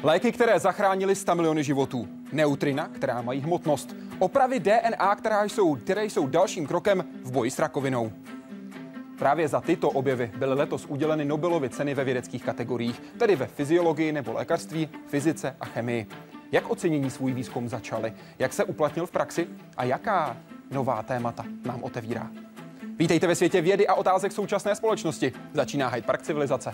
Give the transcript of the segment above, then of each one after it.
Léky, které zachránily 100 miliony životů. Neutrina, která mají hmotnost. Opravy DNA, které jsou dalším krokem v boji s rakovinou. Právě za tyto objevy byly letos uděleny Nobelovy ceny ve vědeckých kategoriích, tedy ve fyziologii nebo lékařství, fyzice a chemii. Jak ocenění svůj výzkum začali, jak se uplatnil v praxi a jaká nová témata nám otevírá. Vítejte ve světě vědy a otázek současné společnosti. Začíná Hyde Park civilizace.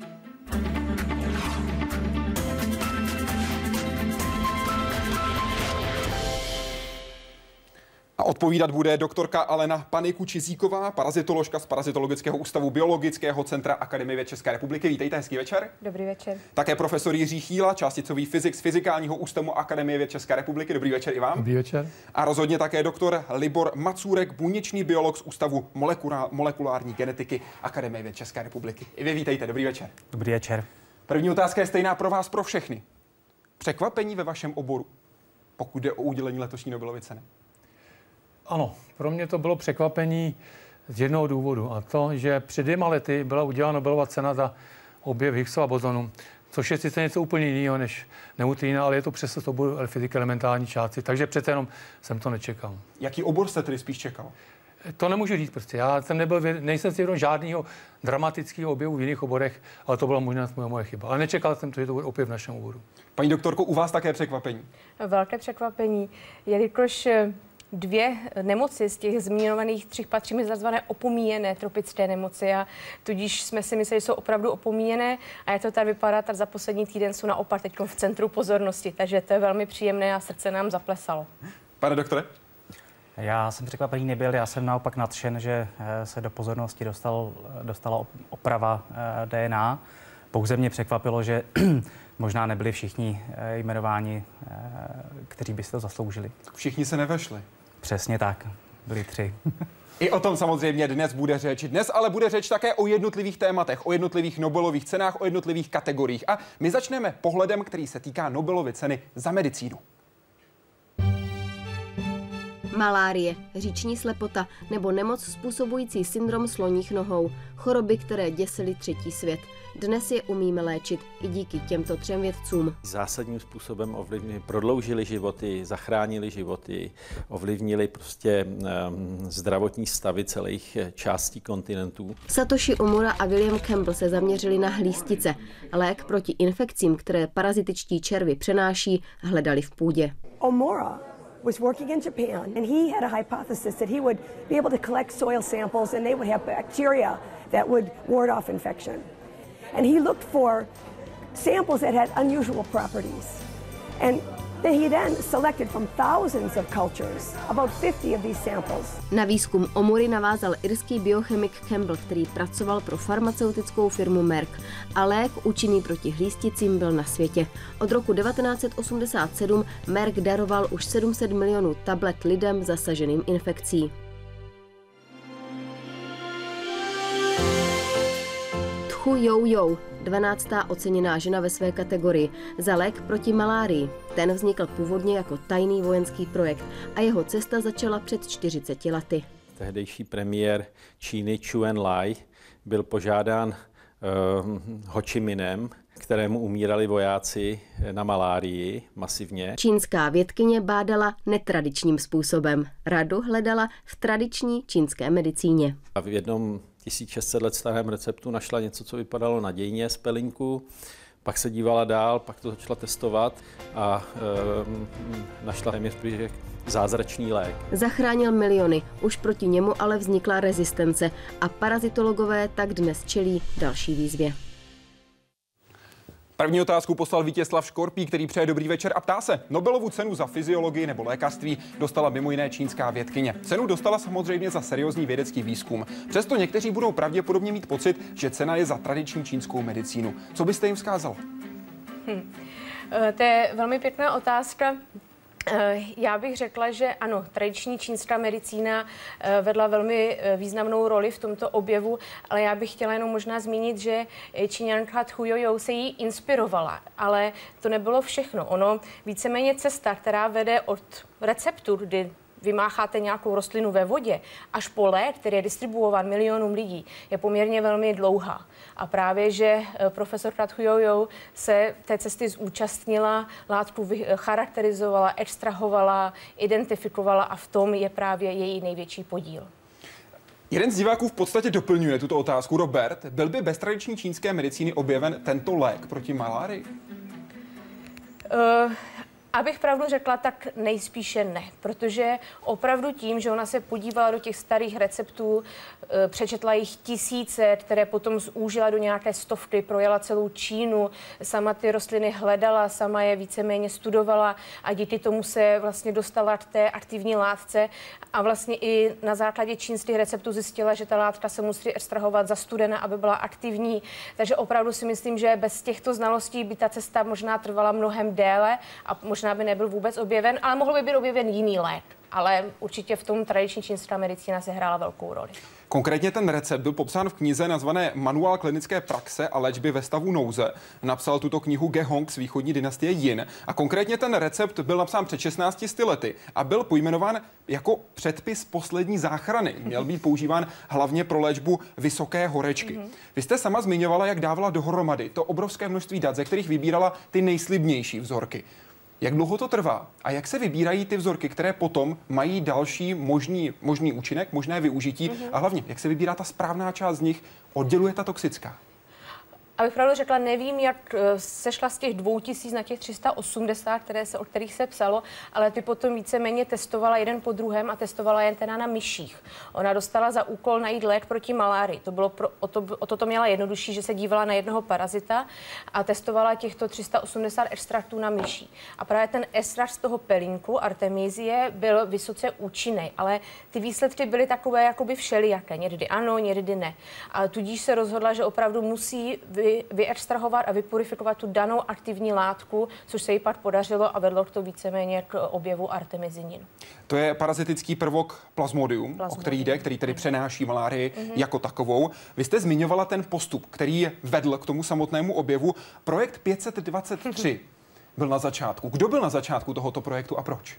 A odpovídat bude doktorka Alena Panyku-Čizíková, parazitoložka z Parazitologického ústavu Biologického centra Akademie věd České republiky. Vítejte, hezký večer. Dobrý večer. Také profesor Jiří Chýla, částicový fyzik z Fyzikálního ústavu Akademie věd České republiky. Dobrý večer i vám. Dobrý večer. A rozhodně také doktor Libor Macůrek, buněčný biolog z Ústavu molekulární genetiky Akademie věd České republiky. I vy vítejte, dobrý večer. Dobrý večer. První otázka je stejná pro vás, pro všechny. Překvapení ve vašem oboru, pokud jde o udělení letošní Nobelovy ceny? Ano, pro mě to bylo překvapení z jednoho důvodu, a to, že před 2 lety byla udělána Nobelova cena za objev Higgsova bozonu, což je sice něco úplně jiného než neutrina, ale je to přesto z oboru fyziky elementární části, takže přece jenom jsem to nečekal. Jaký obor jste tedy spíš čekal? To nemůžu říct prostě. Já jsem nejsem si vědom žádného dramatického objevu v jiných oborech, ale to byla možná moje chyba. Ale nečekal jsem to, že to bude opět v našem oboru. Paní doktorko, u vás také překvapení? Velké překvapení, jelikož 2 nemoci z těch zmiňovaných 3 patří mezi tzv. Opomíjené tropické nemoci a tudíž jsme si mysleli, že jsou opravdu opomíjené a jak to tady vypadá, tak za poslední týden jsou naopak teď v centru pozornosti, takže to je velmi příjemné a srdce nám zaplesalo. Pane doktore? Já jsem překvapený nebyl, já jsem naopak nadšen, že se do pozornosti dostala oprava DNA. Pouze mě překvapilo, že možná nebyli všichni jmenováni, kteří by si to zasloužili. Všichni se nevešli. Přesně tak, byli 3. I o tom samozřejmě dnes bude řeč. Dnes ale bude řeč také o jednotlivých tématech, o jednotlivých Nobelových cenách, o jednotlivých kategoriích. A my začneme pohledem, který se týká Nobelovy ceny za medicínu. Malárie, říční slepota nebo nemoc způsobující syndrom sloních nohou. Choroby, které děsily třetí svět. Dnes je umíme léčit i díky těmto 3 vědcům. Zásadním způsobem prodloužili životy, zachránili životy, ovlivnili prostě zdravotní stavy celých částí kontinentů. Satoshi Omura a William Campbell se zaměřili na hlístice. Lék proti infekcím, které parazitičtí červy přenáší, hledali v půdě. Omura was working in Japan, and he had a hypothesis that he would be able to collect soil samples and they would have bacteria that would ward off infection. And he looked for samples that had unusual properties. And he then selected from thousands of cultures, about 50 of these samples. Na výzkum Omury navázal irský biochemik Campbell, který pracoval pro farmaceutickou firmu Merck. A lék účinný proti hlísticím byl na světě. Od roku 1987 Merck daroval už 700 milionů tablet lidem zasaženým infekcí. Tchu Jou, 12. oceněná žena ve své kategorii za lék proti malárii. Ten vznikl původně jako tajný vojenský projekt a jeho cesta začala před 40 lety. Tehdejší premiér Číny Zhou Enlai byl požádán Ho Chi Minh, kterému umírali vojáci na malárii masivně. Čínská vědkyně bádala netradičním způsobem. Radu hledala v tradiční čínské medicíně. A v jednom 1600 let starém receptu našla něco, co vypadalo nadějně z pelinku, pak se dívala dál, pak to začala testovat a našla téměř zázračný lék. Zachránil miliony, už proti němu ale vznikla rezistence a parazitologové tak dnes čelí další výzvě. První otázku poslal Vítězslav Škorpí, který přeje dobrý večer a ptá se. Nobelovu cenu za fyziologii nebo lékařství dostala mimo jiné čínská vědkyně. Cenu dostala samozřejmě za seriózní vědecký výzkum. Přesto někteří budou pravděpodobně mít pocit, že cena je za tradiční čínskou medicínu. Co byste jim vzkázal? To je velmi pěkná otázka. Já bych řekla, že ano, tradiční čínská medicína vedla velmi významnou roli v tomto objevu, ale já bych chtěla jenom možná zmínit, že Číňanka Tchu Jou se jí inspirovala, ale to nebylo všechno. Ono víceméně cesta, která vede od receptur, kdy vymácháte nějakou rostlinu ve vodě, až po lék, který je distribuován milionům lidí, je poměrně velmi dlouhá. A právě, že profesorka Thujojo se té cesty zúčastnila, látku charakterizovala, extrahovala, identifikovala a v tom je právě její největší podíl. Jeden z diváků v podstatě doplňuje tuto otázku. Robert, byl by bez tradiční čínské medicíny objeven tento lék proti malárii? Abych pravdu řekla, tak nejspíše ne, protože opravdu tím, že ona se podívala do těch starých receptů, přečetla jich tisíce, které potom zúžila do nějaké stovky, projela celou Čínu, sama ty rostliny hledala, sama je víceméně studovala a díky tomu se vlastně dostala k té aktivní látce a vlastně i na základě čínských receptů zjistila, že ta látka se musí extrahovat za studena, aby byla aktivní. Takže opravdu si myslím, že bez těchto znalostí by ta cesta možná trvala mnohem déle a možná by nebyl vůbec objeven, ale mohl by být objeven jiný lék. Ale určitě v tom tradiční čínská medicína se hrála velkou roli. Konkrétně ten recept byl popsán v knize nazvané Manuál klinické praxe a léčby ve stavu nouze. Napsal tuto knihu Ge Hong z východní dynastie Jin. A konkrétně ten recept byl napsán před 16 lety a byl pojmenován jako předpis poslední záchrany. Měl být používán hlavně pro léčbu vysoké horečky. Vy jste sama zmiňovala, jak dávala dohromady to obrovské množství dat, ze kterých vybírala ty nejslibnější vzorky. Jak dlouho to trvá a jak se vybírají ty vzorky, které potom mají další možný účinek, možné využití a hlavně, jak se vybírá ta správná část z nich, odděluje ta toxická? Abych pravdu řekla, nevím, jak sešla z těch 2000 na těch 380, o kterých se psalo, ale ty potom víceméně testovala jeden po druhém a testovala jen teda na myších. Ona dostala za úkol najít lék proti malárii. To bylo o to měla jednodušší, že se dívala na jednoho parazita a testovala těchto 380 extraktů na myší. A právě ten extrakt z toho pelínku Artemisia byl vysoce účinný, ale ty výsledky byly takové jakoby všelijaké. Někdy ano, někdy ne. A tudíž se rozhodla, že opravdu musí vyextrahovat a vypurifikovat tu danou aktivní látku, což se jí pak podařilo a vedlo k to víceméně k objevu artemisinin. To je parazitický prvok Plasmodium, o který jde, který tedy přenáší malárii jako takovou. Vy jste zmiňovala ten postup, který vedl k tomu samotnému objevu. Projekt 523 byl na začátku. Kdo byl na začátku tohoto projektu a proč?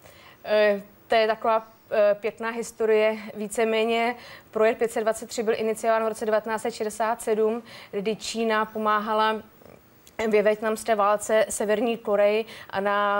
To je taková pěkná historie. Víceméně projekt 523 byl iniciován v roce 1967, kdy Čína pomáhala ve vietnamské válce Severní Koreji a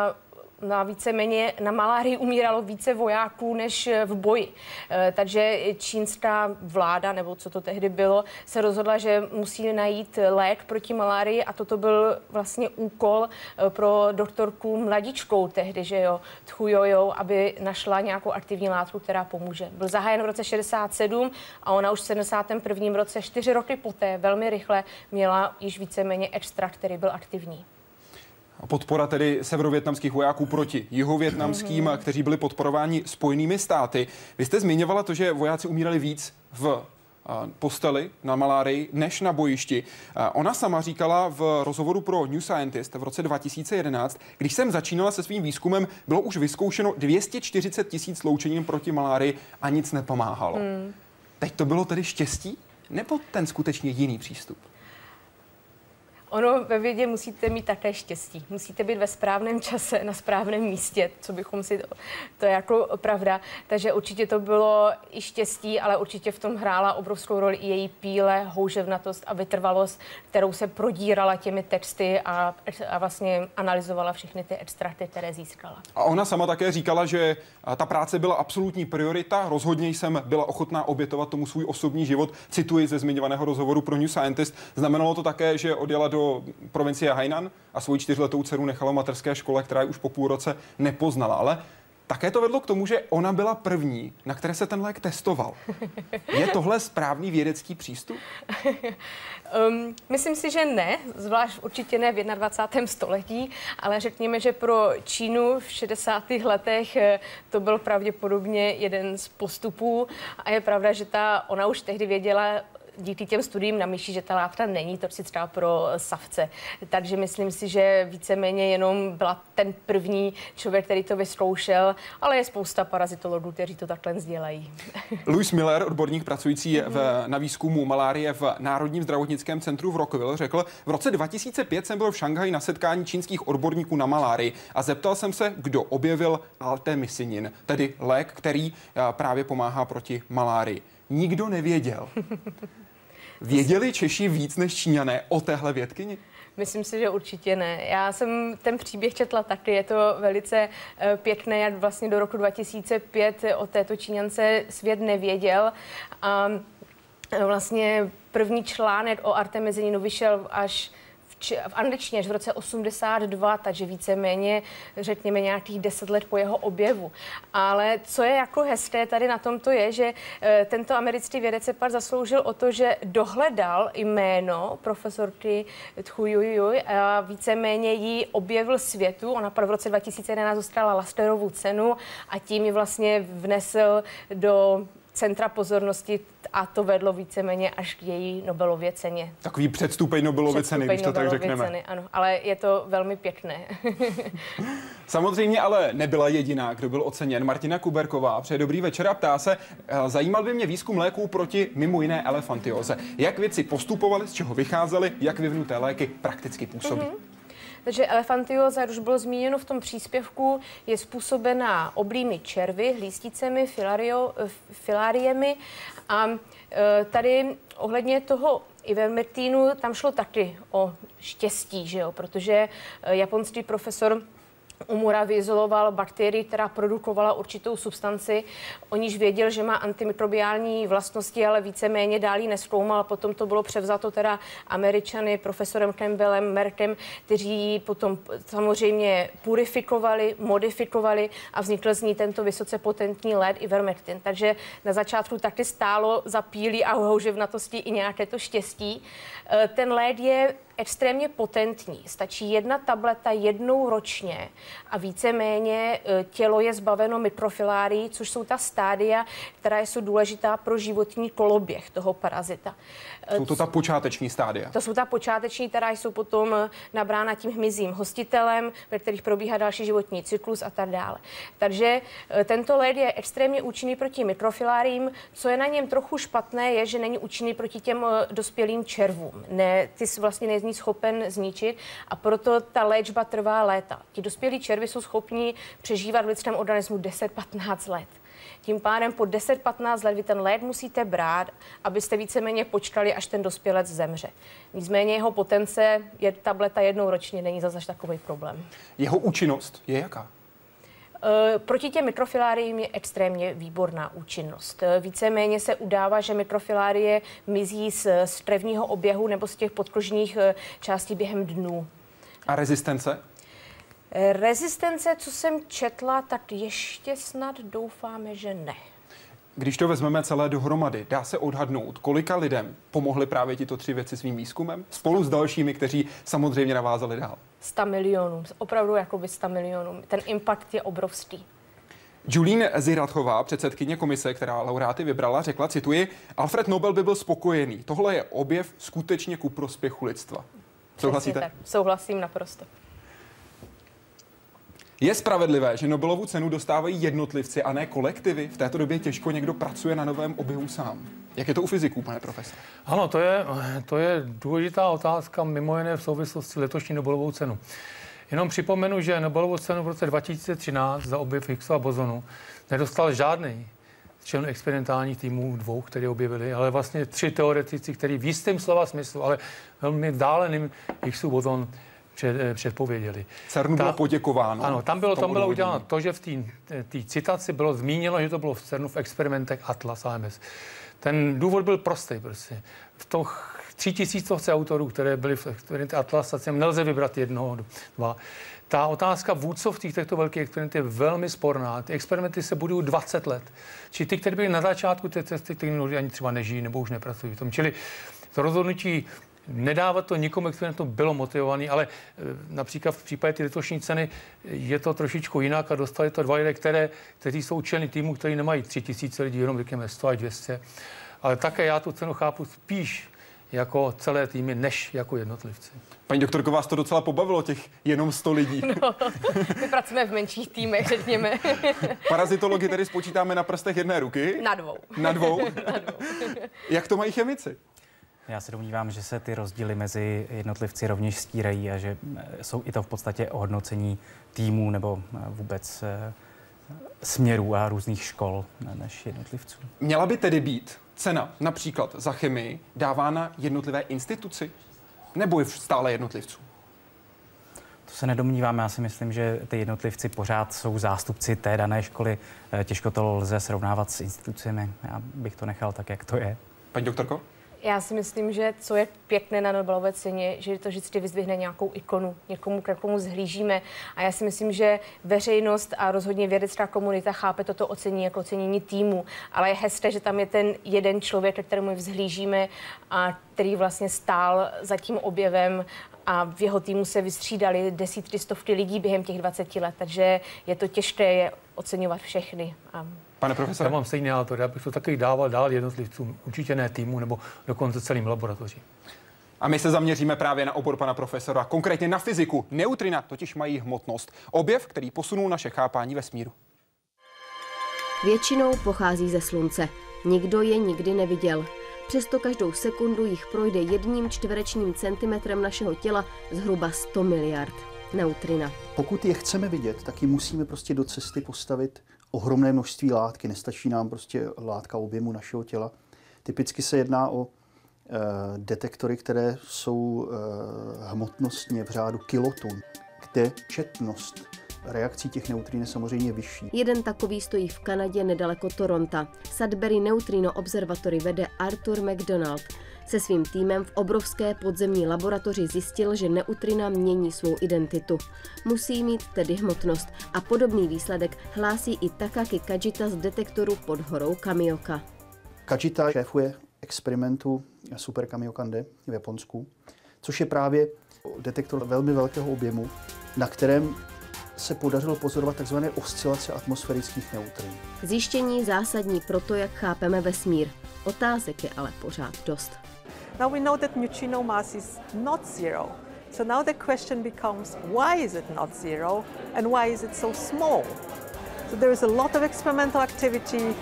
na malárii umíralo více vojáků než v boji. Takže čínská vláda, nebo co to tehdy bylo, se rozhodla, že musí najít lék proti malárii a toto byl vlastně úkol pro doktorku mladičkou tehdy, že jo, Thujojo, aby našla nějakou aktivní látku, která pomůže. Byl zahájen v roce 67 a ona už v 71. roce, 4 roky poté, velmi rychle měla již víceméně extrakt, který byl aktivní. Podpora tedy severovietnamských vojáků proti jihovietnamským, kteří byli podporováni Spojenými státy. Vy jste zmiňovala to, že vojáci umírali víc v posteli na malárii než na bojišti. Ona sama říkala v rozhovoru pro New Scientist v roce 2011, když jsem začínala se svým výzkumem, bylo už vyzkoušeno 240 000 loučenin proti malárii a nic nepomáhalo. Teď to bylo tedy štěstí nebo ten skutečně jiný přístup? Ono ve vědě musíte mít také štěstí. Musíte být ve správném čase, na správném místě, co bychom si... To je jako pravda. Takže určitě to bylo i štěstí, ale určitě v tom hrála obrovskou roli i její píle, houževnatost a vytrvalost, kterou se prodírala těmi texty a vlastně analyzovala všechny ty extrakty, které získala. A ona sama také říkala, že ta práce byla absolutní priorita. Rozhodně jsem byla ochotná obětovat tomu svůj osobní život. Cituji ze zmiňovaného rozhovoru pro New Scientist. Znamenalo to také, že odjela do provincie Hainan a svoji 4letou dceru nechala v mateřské škole, která ji už po půl roce nepoznala. Ale také to vedlo k tomu, že ona byla první, na které se ten lék testoval. Je tohle správný vědecký přístup? Myslím si, že ne, zvlášť určitě ne v 21. století, ale řekněme, že pro Čínu v 60. letech to byl pravděpodobně jeden z postupů a je pravda, že ona už tehdy věděla, díky těm studiím na myši, že ta látka není toxická třeba pro savce. Takže myslím si, že víceméně jenom byla ten první člověk, který to vyzkoušel, ale je spousta parazitologů, kteří to takhle dělají. Louis Miller, odborník pracující na výzkumu malárie v Národním zdravotnickém centru v Rockville, řekl: v roce 2005 jsem byl v Šanghaji na setkání čínských odborníků na malárii a zeptal jsem se, kdo objevil artemisinin, tedy lék, který právě pomáhá proti malárii. Nikdo nevěděl. Věděli Češi víc než Číňané o téhle vědkyni? Myslím si, že určitě ne. Já jsem ten příběh četla taky, je to velice pěkné, jak vlastně do roku 2005 o této Číňance svět nevěděl. A vlastně první článek o artemisininu vyšel až v angličtině až v roce 82, takže víceméně, řekněme, nějakých 10 let po jeho objevu. Ale co je jako hezké tady na tomto je, že tento americký vědec se pak zasloužil o to, že dohledal jméno profesorky Tchujujui a víceméně ji objevil světu. Ona pak v roce 2011 dostala Lasterovu cenu a tím ji vlastně vnesl do centra pozornosti a to vedlo víceméně až k její Nobelově ceně. Takový předstupeň Nobelovy ceny, když to tak řekneme. Ceny, ano, ale je to velmi pěkné. Samozřejmě ale nebyla jediná, kdo byl oceněn. Martina Kuberková přeje dobrý večer a ptá se: zajímal by mě výzkum léků proti mimo jiné elefantióze. Jak věci postupovaly, z čeho vycházely, jak vyvinuté léky prakticky působí? Takže elefantióza, jak už bylo zmíněno v tom příspěvku, je způsobená oblými červy, hlísticemi, filáriemi a tady ohledně toho ivermectinu tam šlo taky o štěstí, že jo? Protože japonský profesor Umura vyizoloval bakterii, která produkovala určitou substanci, o níž věděl, že má antimikrobiální vlastnosti, ale víceméně dál ji nezkoumal. Potom to bylo převzato teda Američany, profesorem Campbellem, Merkem, kteří potom samozřejmě purifikovali, modifikovali a vznikl z ní tento vysoce potentní lék ivermectin. Takže na začátku taky stálo za pílí a houževnatosti i nějaké to štěstí. Ten lék je extrémně potentní. Stačí 1 tableta jednou ročně a víceméně tělo je zbaveno mikrofilárií, což jsou ta stádia, která jsou důležitá pro životní koloběh toho parazita. Jsou to ta počáteční stádia? To jsou ta počáteční, která jsou potom nabrána tím hmyzím hostitelem, ve kterých probíhá další životní cyklus a tak dále. Takže tento lék je extrémně účinný proti mikrofiláriím. Co je na něm trochu špatné, je, že není účinný proti těm dospělým červům. Ne, ty vlastně není schopen zničit a proto ta léčba trvá léta. Ti dospělí červy jsou schopni přežívat v lidském organismu 10-15 let. Tím pádem po 10-15 let vy ten lék musíte brát, abyste víceméně počkali, až ten dospělec zemře. Nicméně jeho potence je tableta jednou ročně, není zase takový problém. Jeho účinnost je jaká? Proti těm mikrofiláriím je extrémně výborná účinnost. Víceméně se udává, že mikrofilárie mizí z krevního oběhu nebo z těch podkožních částí během dnů. A rezistence? Rezistence, co jsem četla, tak ještě snad doufáme, že ne. Když to vezmeme celé dohromady, dá se odhadnout, kolika lidem pomohly právě tyto 3 věci svým výzkumem, spolu s dalšími, kteří samozřejmě navázali dál? 100 milionů, opravdu jakoby 100 milionů. Ten impact je obrovský. Julín Ziratchová, předsedkyně komise, která laureáty vybrala, řekla, cituji: Alfred Nobel by byl spokojený. Tohle je objev skutečně ku prospěchu lidstva. Souhlasíte? Tak. Souhlasím naprosto. Je spravedlivé, že Nobelovu cenu dostávají jednotlivci a ne kolektivy? V této době těžko někdo pracuje na novém objevu sám. Jak je to u fyziků, pane profesor? Ano, to je důležitá otázka, mimo jiné v souvislosti s letošní Nobelovou cenu. Jenom připomenu, že Nobelovu cenu v roce 2013 za objev Higgsova bozonu nedostal žádný z členů experimentálních týmů 2, které objevili, ale vlastně 3 teoretici, kteří v jistém slova smyslu, ale velmi vzdáleným Higgsův bozon předpověděli. CERNu bylo poděkováno. Ano, tam bylo uděláno to, že v té citaci bylo zmíněno, že to bylo v CERNu v experimentech Atlas AMS. Ten důvod byl prostý prostě. V těch 3000 autorů, které byly v experimentech Atlas, nelze vybrat 1, 2. Ta otázka vůdcov těchto velkých experimentů je velmi sporná. Ty experimenty se budují 20 let. Čili ty, kteří byli na začátku té cesty, kteří mnohdy ani třeba nežijí nebo už nepracují v tom. Čili to rozhodnutí nedávat to nikomu experimentu bylo motivovaný, ale například v případě té letošní ceny je to trošičku jinak a dostali to 2 lidé, kteří jsou členy týmu, kteří nemají 3000 lidí, jenom řekněme 100 až 200. Ale také já tu cenu chápu spíš jako celé týmy, než jako jednotlivci. Paní doktorko, vás to docela pobavilo, těch jenom 100 lidí. No, my pracujeme v menších týmech, řekněme. Parazitologii tedy spočítáme na prstech jedné ruky? Na dvou. Na dvou? Jak to mají chemici? Já se domnívám, že se ty rozdíly mezi jednotlivci rovněž stírají a že jsou i to v podstatě ohodnocení týmů nebo vůbec směrů a různých škol než jednotlivců. Měla by tedy být cena například za chemii dávána jednotlivé instituci? Nebo je stále jednotlivců? To se nedomnívám. Já si myslím, že ty jednotlivci pořád jsou zástupci té dané školy. Těžko to lze srovnávat s institucemi. Já bych to nechal tak, jak to je. Paní doktorko? Já si myslím, že co je pěkné na Nobelové ceně, že to vždycky vyzdvihne nějakou ikonu, někomu, k komu zhlížíme. A já si myslím, že veřejnost a rozhodně vědecká komunita chápe toto ocenění jako ocenění týmu. Ale je hezké, že tam je ten jeden člověk, ke kterému vzhlížíme a který vlastně stál za tím objevem a v jeho týmu se vystřídali desítky, stovky lidí během těch 20 let. Takže je to těžké je oceňovat všechny. Pane profesore? Já mám stejný názor, já bych to taky dával dál jednotlivcům, určitě ne týmu nebo dokonce celým laboratořím. A my se zaměříme právě na obor pana profesora, konkrétně na fyziku. Neutrina totiž mají hmotnost. Objev, který posunul naše chápání vesmíru. Většinou pochází ze Slunce. Nikdo je nikdy neviděl. Přesto každou sekundu jich projde 1 čtverečním centimetrem našeho těla zhruba 100 miliard. Neutrina. Pokud je chceme vidět, tak ji musíme prostě do cesty postavit ohromné množství látky. Nestačí nám prostě látka objemu našeho těla. Typicky se jedná o detektory, které jsou hmotnostně v řádu kilotun, kde četnost reakcí těch neutrin je samozřejmě vyšší. Jeden takový stojí v Kanadě nedaleko Toronta. Sudbury Neutrino Observatory vede Arthur McDonald. Se svým týmem v obrovské podzemní laboratoři zjistil, že neutrina mění svou identitu. Musí mít tedy hmotnost a podobný výsledek hlásí i Takaki Kajita z detektoru pod horou Kamioka. Kajita šéfuje experimentu Super Kamiokande v Japonsku, což je právě detektor velmi velkého objemu, na kterém se podařilo pozorovat tzv. Oscilace atmosférických neutrin. Zjištění zásadní pro to, jak chápeme vesmír. Otázek je ale pořád dost. Now we know that neutrino mass is not zero. So now the question becomes, why is it not zero and why is it so small? So there is a lot of experimental activity.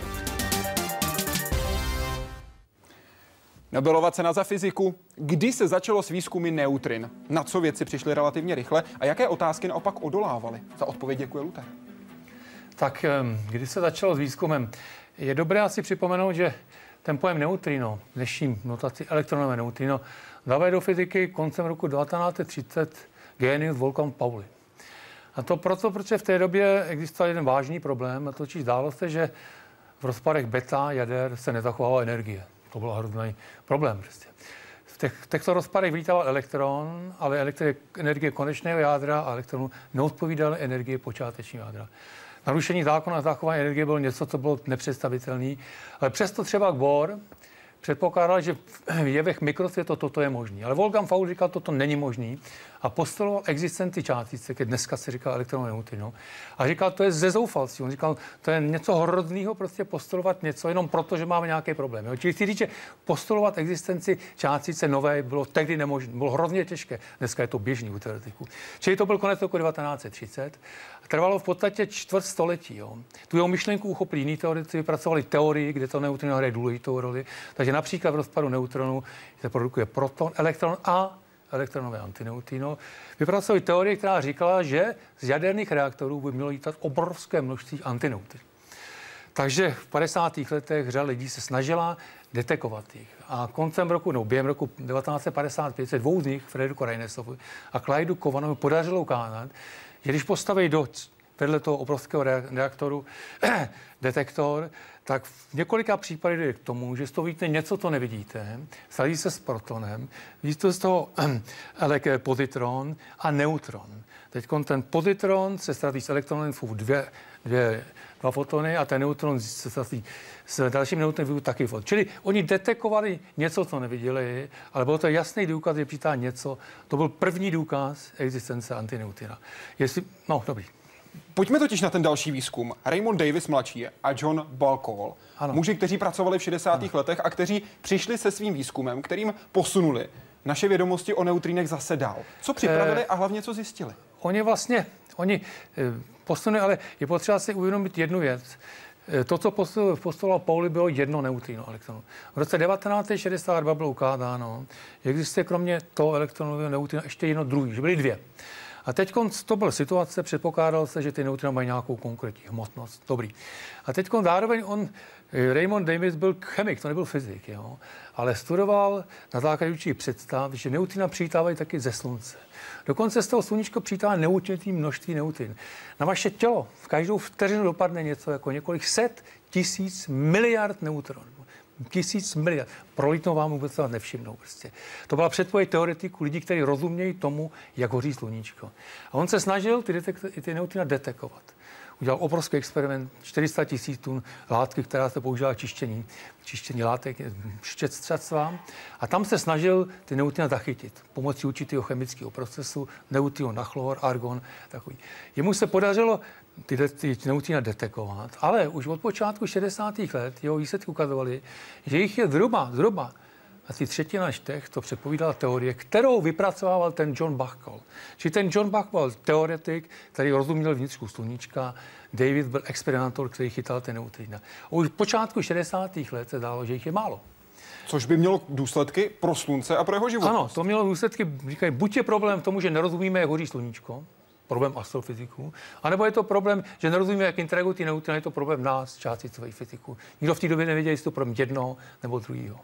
Nobelova cena za fyziku. Kdy se začalo s výzkumy neutrin? Na co vědci přišli relativně rychle a jaké otázky naopak odolávaly? Za odpověď děkuje Luther. Tak kdy se začalo s výzkumem? Je dobré asi připomenout, že ten pojem neutrino, dnešní notaci elektronové neutrino, dával do fyziky koncem roku 1930 génius Wolfgang Pauli. A to proto, protože v té době existoval jeden vážný problém, a totiž zdálo se, že v rozpadech beta jader se nezachovala energie. To byl hrozný problém. Prostě. V těchto rozpadech vlítal elektron, ale energie konečného jádra a elektronu neodpovídaly energie počátečního jádra. Narušení zákona zachování energie bylo něco, co bylo nepředstavitelné, ale přesto třeba Bohr předpokládal, že v jevech mikrosvětlo toto je možné. Ale Wolfgang Pauli říkal, toto není možné a postuloval existenci částice, které dneska se říká elektronové neutrino. A říkal, to je ze zoufalství. On říkal, to je něco hrozného prostě postulovat něco jenom proto, že máme nějaké problémy. Čili chci říct, že postulovat existenci částice nové bylo tehdy nemožné, bylo hrozně těžké. Dneska je to běžný u teoretiků. Čili to byl konec roku 1930. Trvalo v podstatě čtvrt století. Jo. Tu jeho myšlenku uchopili jiní teoretici, vypracovali teorii, kde to neutrino hraje důležitou roli. Takže například v rozpadu neutronu se produkuje proton, elektron a elektronové antineutrino. Vypracovali teorii, která říkala, že z jaderných reaktorů by mělo lítat obrovské množství antineutrin. Takže v 50. letech řada lidí se snažila detekovat jich. A koncem roku, nebo během roku 1955 se dvou z nich, Frederiku Reinesovi a Clydu Kovanovi, podařilo ukázat, že když postaví vedle toho obrovského reaktoru detektor, tak v několika případech jde k tomu, že z toho vidíte něco, co nevidíte, sadí se s protonem, vidíte z toho pozitron a neutron. Teď ten pozitron se ztratí s elektronem, jsou dva fotony a ten neutron se ztratí s dalším neutronem taky fotony. Čili oni detekovali něco, co neviděli, ale bylo to jasný důkaz, že přítá něco. To byl první důkaz existence antineutrina. Dobrý. Pojďme totiž na ten další výzkum. Raymond Davis mladší a John Balcall. Muži, kteří pracovali v 60. letech a kteří přišli se svým výzkumem, kterým posunuli naše vědomosti o neutrinech zase dál. Co připravili a hlavně co zjistili? Oni posunuli, ale je potřeba si uvědomit jednu věc. To, co postuloval Pauli, bylo jedno neutrino elektronu. V roce 1962 bylo ukázáno, že existuje kromě toho elektronového neutrina ještě jedno druhý, že byly dvě. A teď to byla situace, předpokládalo se, že ty neutrina mají nějakou konkrétní hmotnost. Dobrý. A teď zároveň Raymond Davis byl chemik, to nebyl fyzik, jo? Ale studoval na základě určitých představ, že neutrina přijítávají taky ze slunce. Dokonce z toho sluníčko přítává neurčitý množství neutrin. Na vaše tělo v každou vteřinu dopadne něco jako několik set tisíc miliard neutronů. 1000 miliard. Prolítnou vám vůbec to nevšimnou. Prostě. To byla předpověď teoretiků, lidí, kteří rozumějí tomu, jak hoří sluníčko. A on se snažil ty neutrina detekovat. Udělal obrovský experiment, 400 000 tun látky, která se používá čištění látek, štětctvám. A tam se snažil ty neutrina zachytit pomocí určitého chemického procesu, neutron na chlor, argon, takový. Jemu se podařilo ty neutrina detekovat, ale už od počátku 60. let jeho výsledky ukazovaly, že jich je zhruba asi třetina z těch, to předpovídala teorie, kterou vypracovával ten John Balcall. Čili ten John Balcall byl teoretik, který rozuměl vnitřku sluníčka, David byl experimentátor, který chytal ty neutrina. A už v počátku 60. let se dálo, že jich je málo. Což by mělo důsledky pro slunce a pro jeho život. Ano, to mělo důsledky, říkají, buď je problém v tom, že nerozumíme, jak hoří sluníčko, problém astrofyziků, anebo je to problém, že nerozumíme, jak interagují ty neutriny, je to problém nás, částicových fyziků. Nikdo v té době nevěděl, jestli to problém jednoho nebo druhého.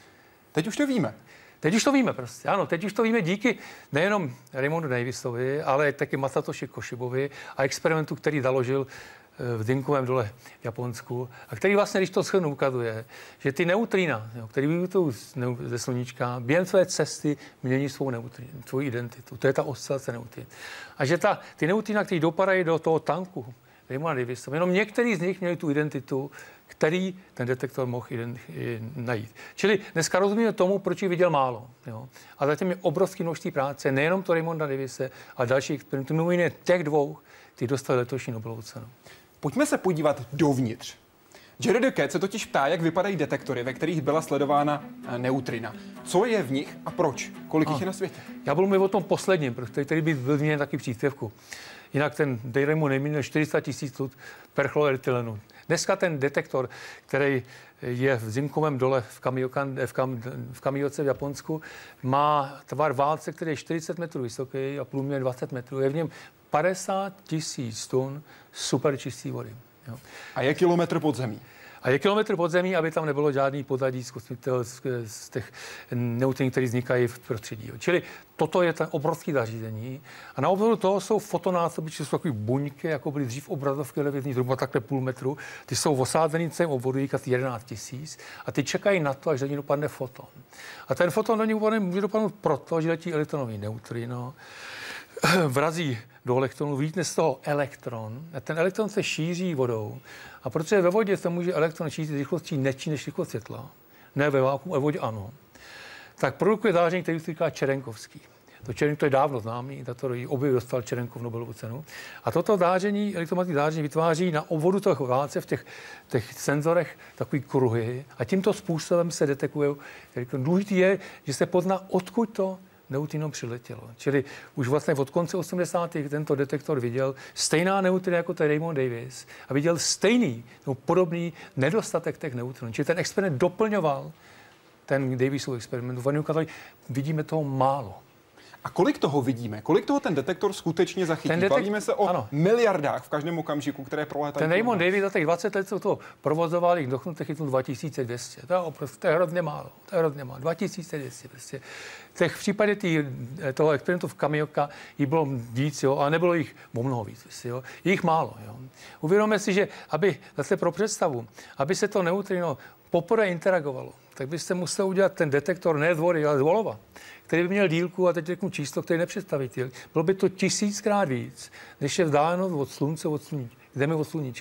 Teď už to víme. Teď už to víme prostě, ano. Teď už to víme díky nejenom Raymondu Davisovi, ale taky Masatoshi Koshibovi a experimentu, který založil v Zinkovém dole v Japonsku a který vlastně, když to shrnu, ukazuje, že ty neutrina, které vyvíjí ze sluníčka, během své cesty mění svou identitu. To je ta oscilace neutrin. A že ty neutrina, které dopadají do toho tanku Raymonda Davise, jenom některý z nich měli tu identitu, který ten detektor mohl najít. Čili dneska rozumíme tomu, proč ji viděl málo. Jo? A zatím je obrovské množství práce, nejenom to Raymonda Davise, ale dalších experimentů, mimo jiné těch dvou, kteří dostali letošní Nobelovu cenu. Pojďme se podívat dovnitř. Jerry Duquette se totiž ptá, jak vypadají detektory, ve kterých byla sledována neutrina. Co je v nich a proč? Kolik jich je na světě? Já budu mluvit o tom posledním, který by byl změněn taky příspěvku. Jinak ten Raymond neměl 400 000 tun perchloroetylenu. Dneska ten detektor, který je v Zinkovém dole v Kamioce v Japonsku, má tvar válce, který je 40 metrů vysoký a průměr 20 metrů. Je v něm 50 000 tun super čistý vody. Jo. A je kilometr pod zemí. A je kilometr pod zemí, aby tam nebylo žádný pozadí z těch neutrin, které vznikají v prostředí. Čili toto je ten obrovský zařízení. A na obzoru toho jsou fotonásobiče, jsou takové buňky, jako byly dřív obrazovky televizní, zhruba takhle půl metru. Ty jsou osázený celým obvodu, asi 11 000. A ty čekají na to, až do ní dopadne foton. A ten foton do ní může dopadnout proto, že letí elektronový neutrino, vrazí do elektronu, vylítne z toho elektron a ten elektron se šíří vodou. A protože ve vodě se může elektron šířit rychlostí nižší než rychlost světla, ne ve vákuum, a ve vodě ano, tak produkuje záření, který se říká čerenkovský. To je dávno známý, tato objev dostal Čerenkov Nobelovu cenu. A toto záření, elektromagnetické záření vytváří na obvodu toho válce v těch senzorech takový kruhy a tímto způsobem se detekují. Důležité je, že se pozná, odkud to neutrino přiletělo. Čili už vlastně od konce 80. tento detektor viděl stejná neutrina jako ten Raymond Davis a viděl stejný, podobný nedostatek těch neutronů. Čili ten experiment doplňoval ten Davisův experiment. Oni ukázali, vidíme toho málo. A kolik toho vidíme? Kolik toho ten detektor skutečně zachytí? Bavíme se o miliardách v každém okamžiku, které prolétají. Ten Raymond Davis za těch 20 let, co to provozoval, jich dokonce chytnul 2200. To je hrozně málo. 2200 prostě. V případě toho experimentu v Kamioka jich bylo víc, jo, a nebylo jich o mnoho víc. Jo. Jich málo. Jo. Uvědomme si, že aby zase pro představu, aby se to neutrino poprvé interagovalo, tak byste musel udělat ten detektor ne z vody, ale z olova, který by měl dílku, a teď řeknu číslo, který nepředstavíte. Bylo by to 1000krát víc, než je vzdálenost od slunce, od sluníčka, Zemi od sluníčka.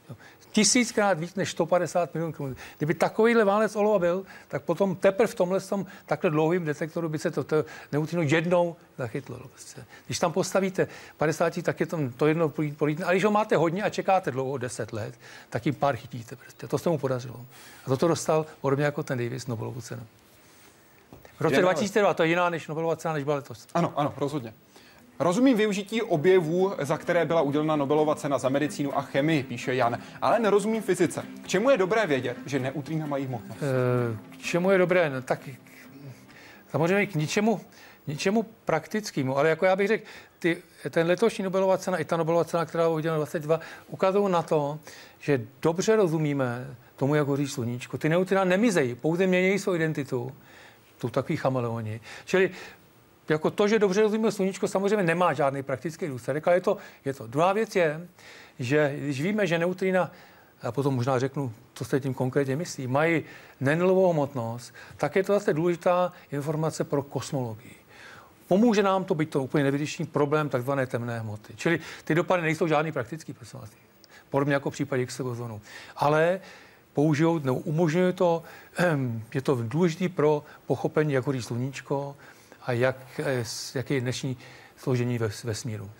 1000krát víc než 150 milionů km. Kdyby takovýhle válec olova byl, tak potom teprve v tomhle takhle dlouhým detektoru by se to neutrino jednou zachytlo. Když tam postavíte 50, tak je to jedno polítne. A když ho máte hodně a čekáte dlouho, 10 let, tak jim pár chytíte. Prostě. To se mu podařilo. A toto dostal podobně jako ten Davis Nobelovu cenu. V roce 2002 to je jiná než Nobelova cena, než byla letos. Ano, rozhodně. Rozumím využití objevů, za které byla udělena Nobelova cena za medicínu a chemii, píše Jan, ale nerozumím fyzice. K čemu je dobré vědět, že neutrina mají hmotnost? K čemu je dobré? No, tak samozřejmě k ničemu praktickému, ale jako já bych řekl, ten letošní Nobelova cena i ta Nobelova cena, která byla udělena 22, ukazují na to, že dobře rozumíme tomu, jak hoří sluníčko. Ty neutrina nemizejí, pouze mění svou identitu. To takový chameleoni. Čili jako to, že dobře rozumíme sluníčko, samozřejmě nemá žádný praktický důsledek, ale je to. Druhá věc je, že když víme, že neutrina, a potom možná řeknu, co se tím konkrétně myslí, mají nenulovou hmotnost, tak je to zase důležitá informace pro kosmologii. Pomůže nám to být to úplně nevyřešený problém takzvané temné hmoty. Čili ty dopady nejsou žádný praktický, prosím vás. Podobně jako v případě Higgsového bozonu. Ale umožňuje to, je to důležité pro pochopení, jak hoří sluníčko a jaké je dnešní složení vesmíru.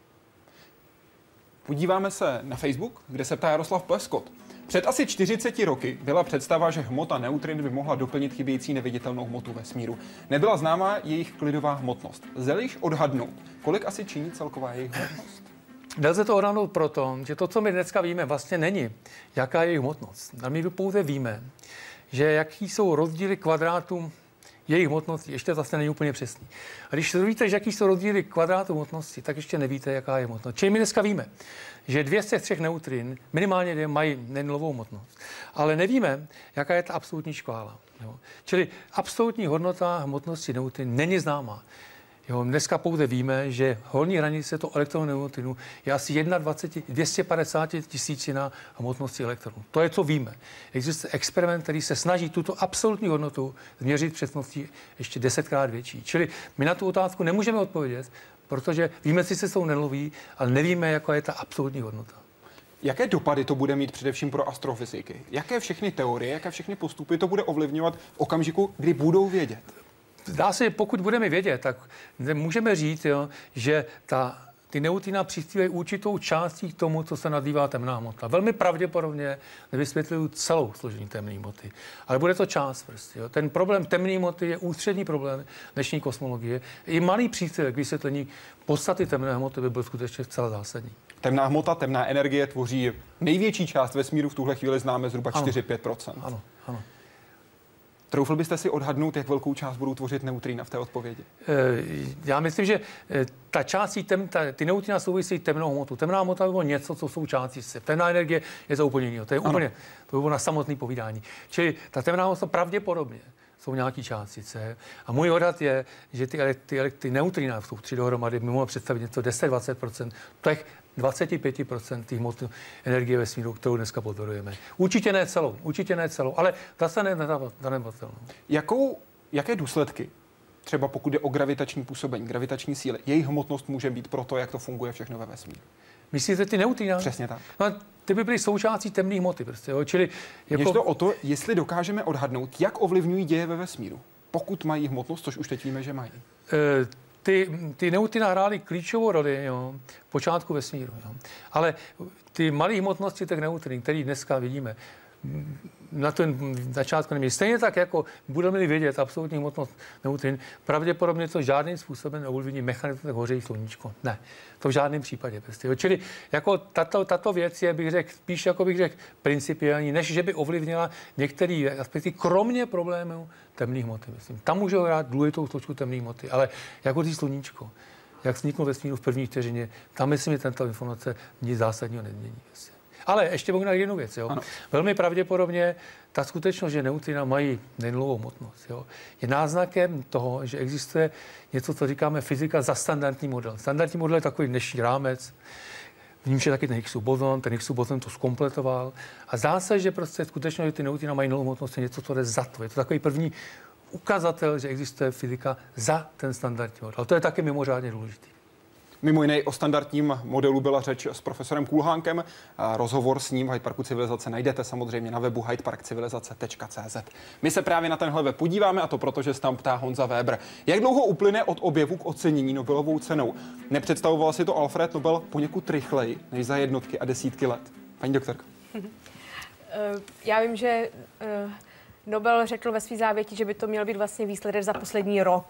Podíváme se na Facebook, kde se ptá Jaroslav Pleskot. Před asi 40 roky byla představa, že hmota neutrin by mohla doplnit chybějící neviditelnou hmotu vesmíru. Nebyla známa jejich klidová hmotnost. Lze již odhadnout, kolik asi činí celková jejich hmotnost? Nelze to odhadnout proto, že to, co my dneska víme, vlastně není, jaká je jejich hmotnost. A my pouze víme, že jaký jsou rozdíly kvadrátů jejich hmotnosti, ještě zase není úplně přesný. A když víte, že jaký jsou rozdíly kvadrátů hmotnosti, tak ještě nevíte, jaká je hmotnost. Čili my dneska víme, že 2 z těch 3 neutrin minimálně mají nenulovou hmotnost. Ale nevíme, jaká je ta absolutní škála. Jo. Čili absolutní hodnota hmotnosti neutrin není známá. Jo, dneska pouze víme, že horní hranice toho elektroneutrinu je asi 250 tisícina hmotnosti elektronů. To je, co víme. Existuje experiment, který se snaží tuto absolutní hodnotu změřit přesností ještě 10krát větší. Čili my na tu otázku nemůžeme odpovědět, protože víme, sice jsou nenuloví, ale nevíme, jaká je ta absolutní hodnota. Jaké dopady to bude mít především pro astrofyziky? Jaké všechny teorie, jaké všechny postupy to bude ovlivňovat v okamžiku, kdy budou vědět? Dá se, pokud budeme vědět, tak můžeme říct, jo, že ty neutrina přispívají určitou částí k tomu, co se nazývá temná hmota. Velmi pravděpodobně nevysvětlují celou složení temné hmoty, ale bude to část. Prostě, jo. Ten problém temné hmoty je ústřední problém dnešní kosmologie. I malý příspěvek k vysvětlení podstaty temné hmoty by byl skutečně zcela zásadní. Temná hmota, temná energie tvoří největší část vesmíru, v tuhle chvíli známe zhruba 4-5%. Ano. Troufl byste si odhadnout, jak velkou část budou tvořit neutrina v té odpovědi? Já myslím, že ta část, ty neutrina souvisí temnou hmotu. Temná hmota by bylo něco, co jsou části. Temná energie je to úplně jiného. To by bylo na samotné povídání. Čili ta temná hmota pravděpodobně jsou nějaký částice. A můj odhad je, že ty neutrina jsou 3 dohromady, by mohlo představit něco 10-20% těch 25% té hmoty energie vesmíru, kterou dneska pozorujeme. Určitě ne celou, ale zase nezanedbatelnou. Jaké důsledky, třeba pokud jde o gravitační působení, gravitační síly, jejich hmotnost může být pro to, jak to funguje všechno ve vesmíru? Myslíte ty neutrina? Přesně tak. No, ty by byly součástí temné hmoty. Prostě, jo? Čili jako... Měž to o to, jestli dokážeme odhadnout, jak ovlivňují děje ve vesmíru, pokud mají hmotnost, což už teď víme, že mají. Ty neutrina hrály klíčovou roli, jo, v počátku vesmíru. Jo. Ale ty malé hmotnosti těch neutrin, které dneska vidíme, na ten začátku neměli. Stejně tak, jako budeme vědět absolutní hmotnost neutrin, pravděpodobně to žádným způsobem neovlivní mechanismus, jak hoří sluníčko. Ne, to v žádném případě. Prostě. Čili jako tato věc je, bych řekl, spíš jako bych řekl principiální, než že by ovlivnila některé aspekty, kromě problémů temné hmoty. Myslím. Tam může hrát důležitou složku temné hmoty, ale jak hoří sluníčko, jak vzniklo vesmíru v první vteřině, tam myslím, že tento informace nic zásadního nezmění. Ale ještě možná jednu věc. Jo. Velmi pravděpodobně ta skutečnost, že neutrina mají nenulovou hmotnost, jo, je náznakem toho, že existuje něco, co říkáme fyzika za standardní model. Standardní model je takový dnešní rámec, v nímž je taky ten Higgsův bozon, to zkompletoval. A zdá se, že prostě skutečně, že ty neutrina mají nulovou hmotnost, je něco, co jde za to. Je to takový první ukazatel, že existuje fyzika za ten standardní model. To je taky mimořádně důležitý. Mimo jiné o standardním modelu byla řeč s profesorem Kulhánkem. Rozhovor s ním v Hyde Parku civilizace najdete samozřejmě na webu hydeparkcivilizace.cz. My se právě na tenhle web podíváme, a to proto, že se tam ptá Honza Weber. Jak dlouho uplyne od objevu k ocenění Nobelovou cenou? Nepředstavoval si to Alfred Nobel poněkud rychleji než za jednotky a desítky let? Paní doktorko. Já vím, že Nobel řekl ve své závěti, že by to měl být vlastně výsledek za poslední rok.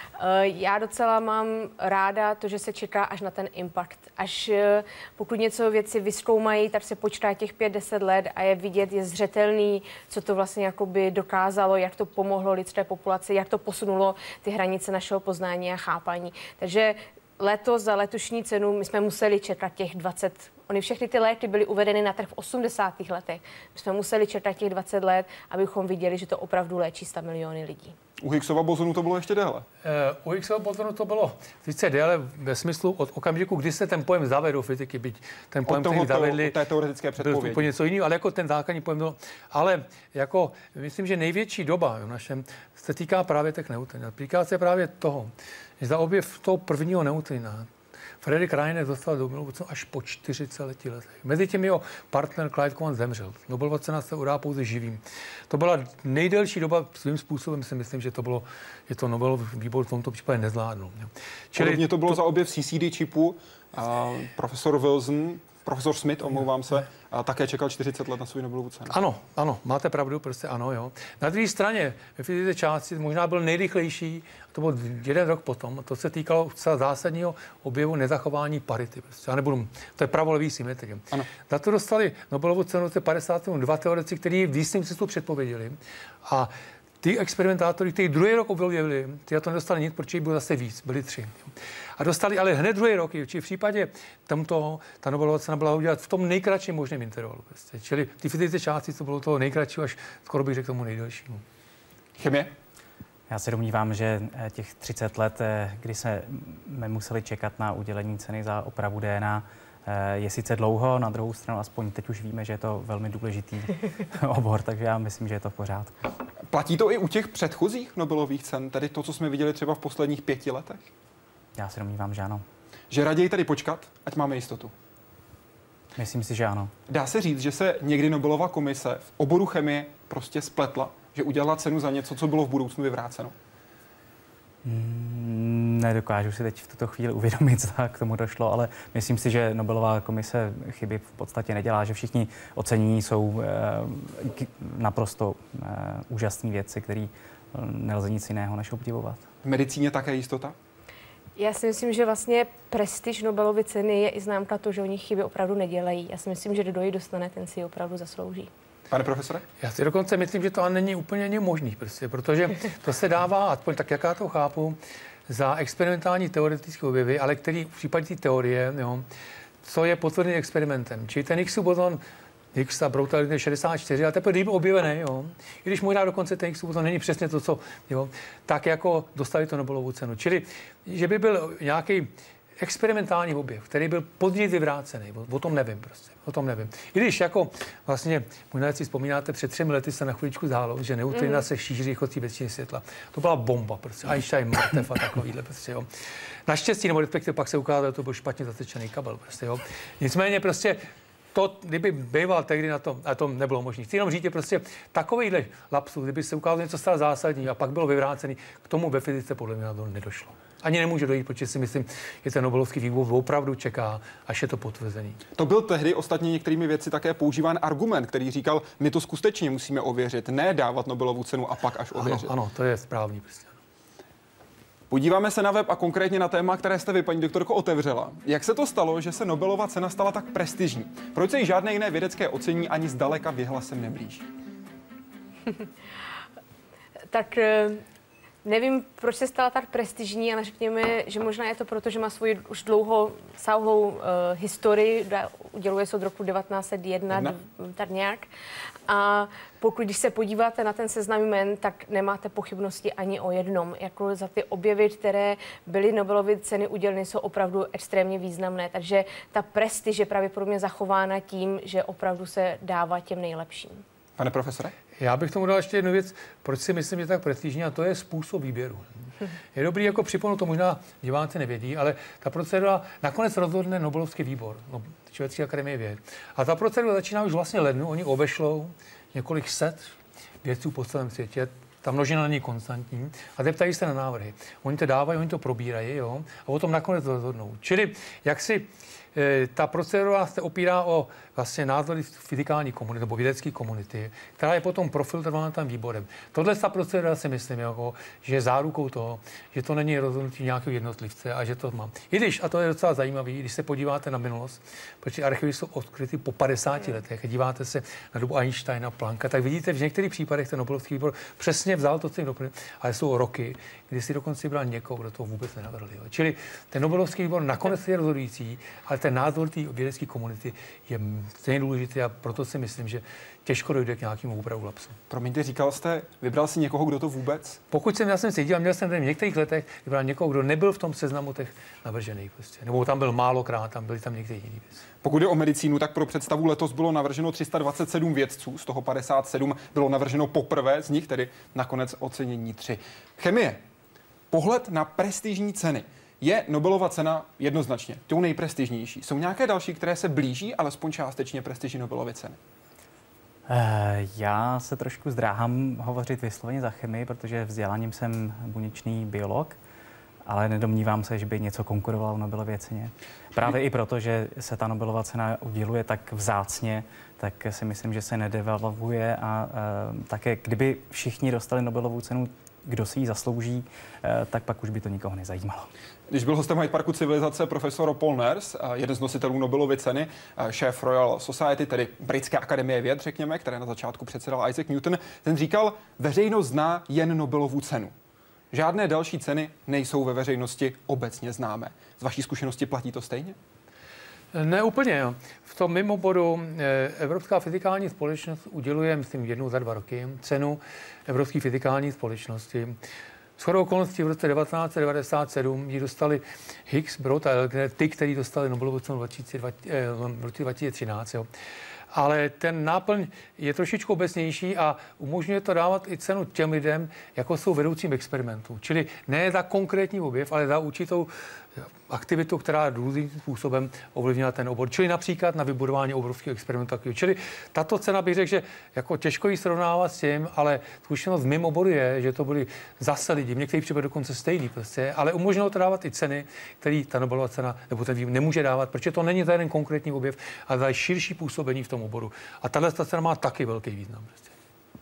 Já docela mám ráda to, že se čeká až na ten impact. Až pokud něco věci vyzkoumají, tak se počítá těch 5-10 let a je vidět, je zřetelný, co to vlastně jakoby dokázalo, jak to pomohlo lidské populaci, jak to posunulo ty hranice našeho poznání a chápání. Takže letos za letošní cenu my jsme museli čekat těch 20. Ony všechny ty léky byly uvedeny na trh v 80. letech. My jsme museli čekat těch 20 let, abychom viděli, že to opravdu léčí 100 miliony lidí. U Higgsova bozonu to bylo ještě déle? U Higgsova bozonu to bylo sice déle ve smyslu od okamžiku, kdy se ten pojem zavedl do fyziky, byť ten pojem, který zavedli, té teoretické předpovědi. Byl úplně něco jiného, ale jako ten základní pojem byl. Ale jako myslím, že největší doba v našem se týká právě těch neutrinů. Týká se právě toho, že za objev toho prvního neutrina Frederick Reiner dostal Nobelovu cenu až po 40 letech. Mezi tím jeho partner Clyde Cowan zemřel. Nobelova cena se udá pouze živým. To byla nejdelší doba, svým způsobem si myslím, že to Nobelov výbor v tomto případě nezvládnul. Podobně to bylo za objev CCD čipu. Profesor Wilson, profesor Smith, omlouvám se, také čekal 40 let na svou Nobelovu cenu. Ano, máte pravdu, prostě ano, jo. Na druhé straně ve fyzice části možná byl nejrychlejší, to byl 1 rok potom, to se týkalo zásadního objevu nezachování parity. Prostě. To je pravolevý symetrie. Za to dostali Nobelovu cenu v 52 teoretici, kteří v jistém smyslu předpověděli. A ty experimentátoři, kteří druhý rok objevili, ty to nedostali nic, protože bylo zase víc, byli 3. A dostali ale hned druhý rok, či v případě tamto, ta Nobelova cena byla udělat v tom nejkratším možném intervalu. Prostě. Čili ty fyzice části to bylo toho nejkratšího, až skoro bych řekl tomu nejdelšímu. Chemie? Já se domnívám, že těch 30 let, kdy jsme museli čekat na udělení ceny za opravu DNA, je sice dlouho, na druhou stranu aspoň teď už víme, že je to velmi důležitý obor, takže já myslím, že je to v pořádku. Platí to i u těch předchozích Nobelových cen, tedy to, co jsme viděli třeba v posledních 5 letech? Já se domnívám, že ano. Že raději tady počkat, ať máme jistotu? Myslím si, že ano. Dá se říct, že se někdy Nobelova komise v oboru chemie prostě spletla, že udělala cenu za něco, co bylo v budoucnu vyvráceno? Nedokážu si teď v tuto chvíli uvědomit, zda k tomu došlo, ale myslím si, že Nobelová komise chyby v podstatě nedělá, že všichni ocenění jsou naprosto úžasné věci, které nelze nic jiného než obdivovat. V medicíně také jistota? Já si myslím, že vlastně prestiž Nobelovy ceny je i známka toho, že oni chyby opravdu nedělají. Já si myslím, že kdo ji dostane, ten si ji opravdu zaslouží. Pane profesore? Já si dokonce myslím, že to není úplně možný, prostě, protože to se dává, aspoň tak, jak já to chápu, za experimentální teoretické objevy, ale který v případě té teorie, jo, co je potvrzený experimentem. Čili ten Higgsův bozon, Higgs a Broughton 64, ale teprve objevený, jo. I když možná dokonce ten Higgsův bozon není přesně to, co, jo, tak jako dostali to Nobelovu cenu. Čili, že by byl nějaký experimentální objev, který byl později vyvrácený. O tom nevím prostě. O tom nevím. I když jako vlastně, možná si vzpomínáte, před 3 lety se na chvíličku zdálo, že neutrina se šíří rychlostí většiny světla. To byla bomba prostě. Einstein, mrtev a takovýhle prostě, jo. Naštěstí, nebo respektive pak se ukázalo, že to byl špatně zatečený kabel prostě, jo. Nicméně prostě to, kdyby býval tehdy na tom, a to nebylo možné. Chci jenom říct, prostě takovýhle lapsus, kdyby se ukázalo něco stále zásadní a pak bylo vyvrácený, k tomu ve fyzice podle mě na to nedošlo. Ani nemůže dojít, protože si myslím, že ten Nobelovský výbor opravdu čeká, až je to potvrzený. To byl tehdy ostatně některými věci také používán argument, který říkal, my to skutečně musíme ověřit, ne dávat Nobelovu cenu a pak až ověřit. Ano, to je správný. Prostě. Podíváme se na web a konkrétně na téma, které jste vy, paní doktorko, otevřela. Jak se to stalo, že se Nobelova cena stala tak prestižní? Proč se jí žádné jiné vědecké ocenění ani zdaleka věhlasem neblíží? Tak nevím, proč se stala tak prestižní, ale řekněme, že možná je to proto, že má svoji už dlouho sáhlou historii, uděluje se od roku 1901, tak nějak. A když se podíváte na ten seznam jmen, tak nemáte pochybnosti ani o jednom. Jako za ty objevy, které byly Nobelovy ceny uděleny, jsou opravdu extrémně významné. Takže ta prestiž je pravděpodobně zachována tím, že opravdu se dává těm nejlepším. Pane profesore? Já bych tomu dal ještě jednu věc, proč si myslím, že tak prestižní, a to je způsob výběru. Je dobrý jako připomenout, to možná diváci nevědí, ale ta procedura nakonec rozhodne Nobelovský výbor, Švédské akademie věd. A ta procedura začíná už vlastně lednu, oni obešlou několik set vědců po celém světě, ta množina není konstantní a zeptají se na návrhy. Oni to dávají, oni to probírají, jo, a o tom nakonec rozhodnou. Čili jak si ta procedura se opírá o vlastně názory fyzikální komunity nebo vědecké komunity, která je potom profiltrována tam výborem. Tohle ta procedura si myslím, jako, že je zárukou toho, že to není rozhodnutí nějakého jednotlivce a že to má. I když, a to je docela zajímavé, když se podíváte na minulost, protože archivy jsou odkryty po 50 letech a díváte se na dobu Einsteina, Plancka, tak vidíte, že v některých případech ten Nobelovský výbor přesně vzal to, co jim doplnil, ale jsou roky, kdy si dokonce vybral někoho, kdo to vůbec nenavrhl. Čili ten Nobelovský výbor nakonec je rozhodující, ale ten názor té vědecké komunity je stejně důležitý a proto si myslím, že těžko dojde k nějakému úpravu lapsu. Promiňte, říkal jste, vybral si někoho, kdo to vůbec? Pokud já jsem si díval, měl jsem v některých letech vybral někoho, kdo nebyl v tom seznamu těch navržených. Prostě. Nebo tam byl málokrát, tam byli tam někteří jiní věci. Pokud jde o medicínu, tak pro představu letos bylo navrženo 327 vědců, z toho 57 bylo navrženo poprvé, z nich tedy nakonec ocenění 3. Chemie. Pohled na prestižní ceny. Je Nobelova cena jednoznačně tou nejprestižnější. Jsou nějaké další, které se blíží alespoň částečně prestiži Nobelovy ceny? Já se trošku zdráhám hovořit vysloveně za chemii, protože vzděláním jsem buněčný biolog, ale nedomnívám se, že by něco konkurovalo Nobelově ceně. Právě i proto, že se ta Nobelova cena uděluje tak vzácně, tak si myslím, že se nedevalvuje a také kdyby všichni dostali Nobelovu cenu, kdo si ji zaslouží, tak pak už by to nikoho nezajímalo. Když byl hostem Hyde Parku civilizace profesor Paul Nurse, jeden z nositelů Nobelovy ceny, šéf Royal Society, tedy Britské akademie věd, řekněme, které na začátku předsedal Isaac Newton, ten říkal, veřejnost zná jen Nobelovu cenu. Žádné další ceny nejsou ve veřejnosti obecně známé. Z vaší zkušenosti platí to stejně? Ne úplně. Jo. V tom mimobodu Evropská fyzikální společnost uděluje, myslím, jednou za 2 roky cenu Evropské fyzikální společnosti. Shodou okolností v roce 1997 ji dostali Higgs, Brod a Elgner, ty, kteří dostali Nobelovu cenu v roce 2013. Jo. Ale ten náplň je trošičku obecnější a umožňuje to dávat i cenu těm lidem, jako jsou vedoucím experimentů. Čili ne za konkrétní objev, ale za určitou aktivitu, která různým způsobem ovlivnila ten obor. Čili například na vybudování obrovského experimentu. Čili tato cena bych řekl, že jako těžko ji srovnávat s tím, ale zkušenost v mém oboru je, že to byly zase lidi, v některých případech dokonce stejný prostě, ale umožnilo to dávat i ceny, které ta Nobelova cena nebo ten vývoj nemůže dávat, protože to není za jeden konkrétní objev, ale za širší působení v tom oboru. A tahle cena má taky velký význam. Prostě.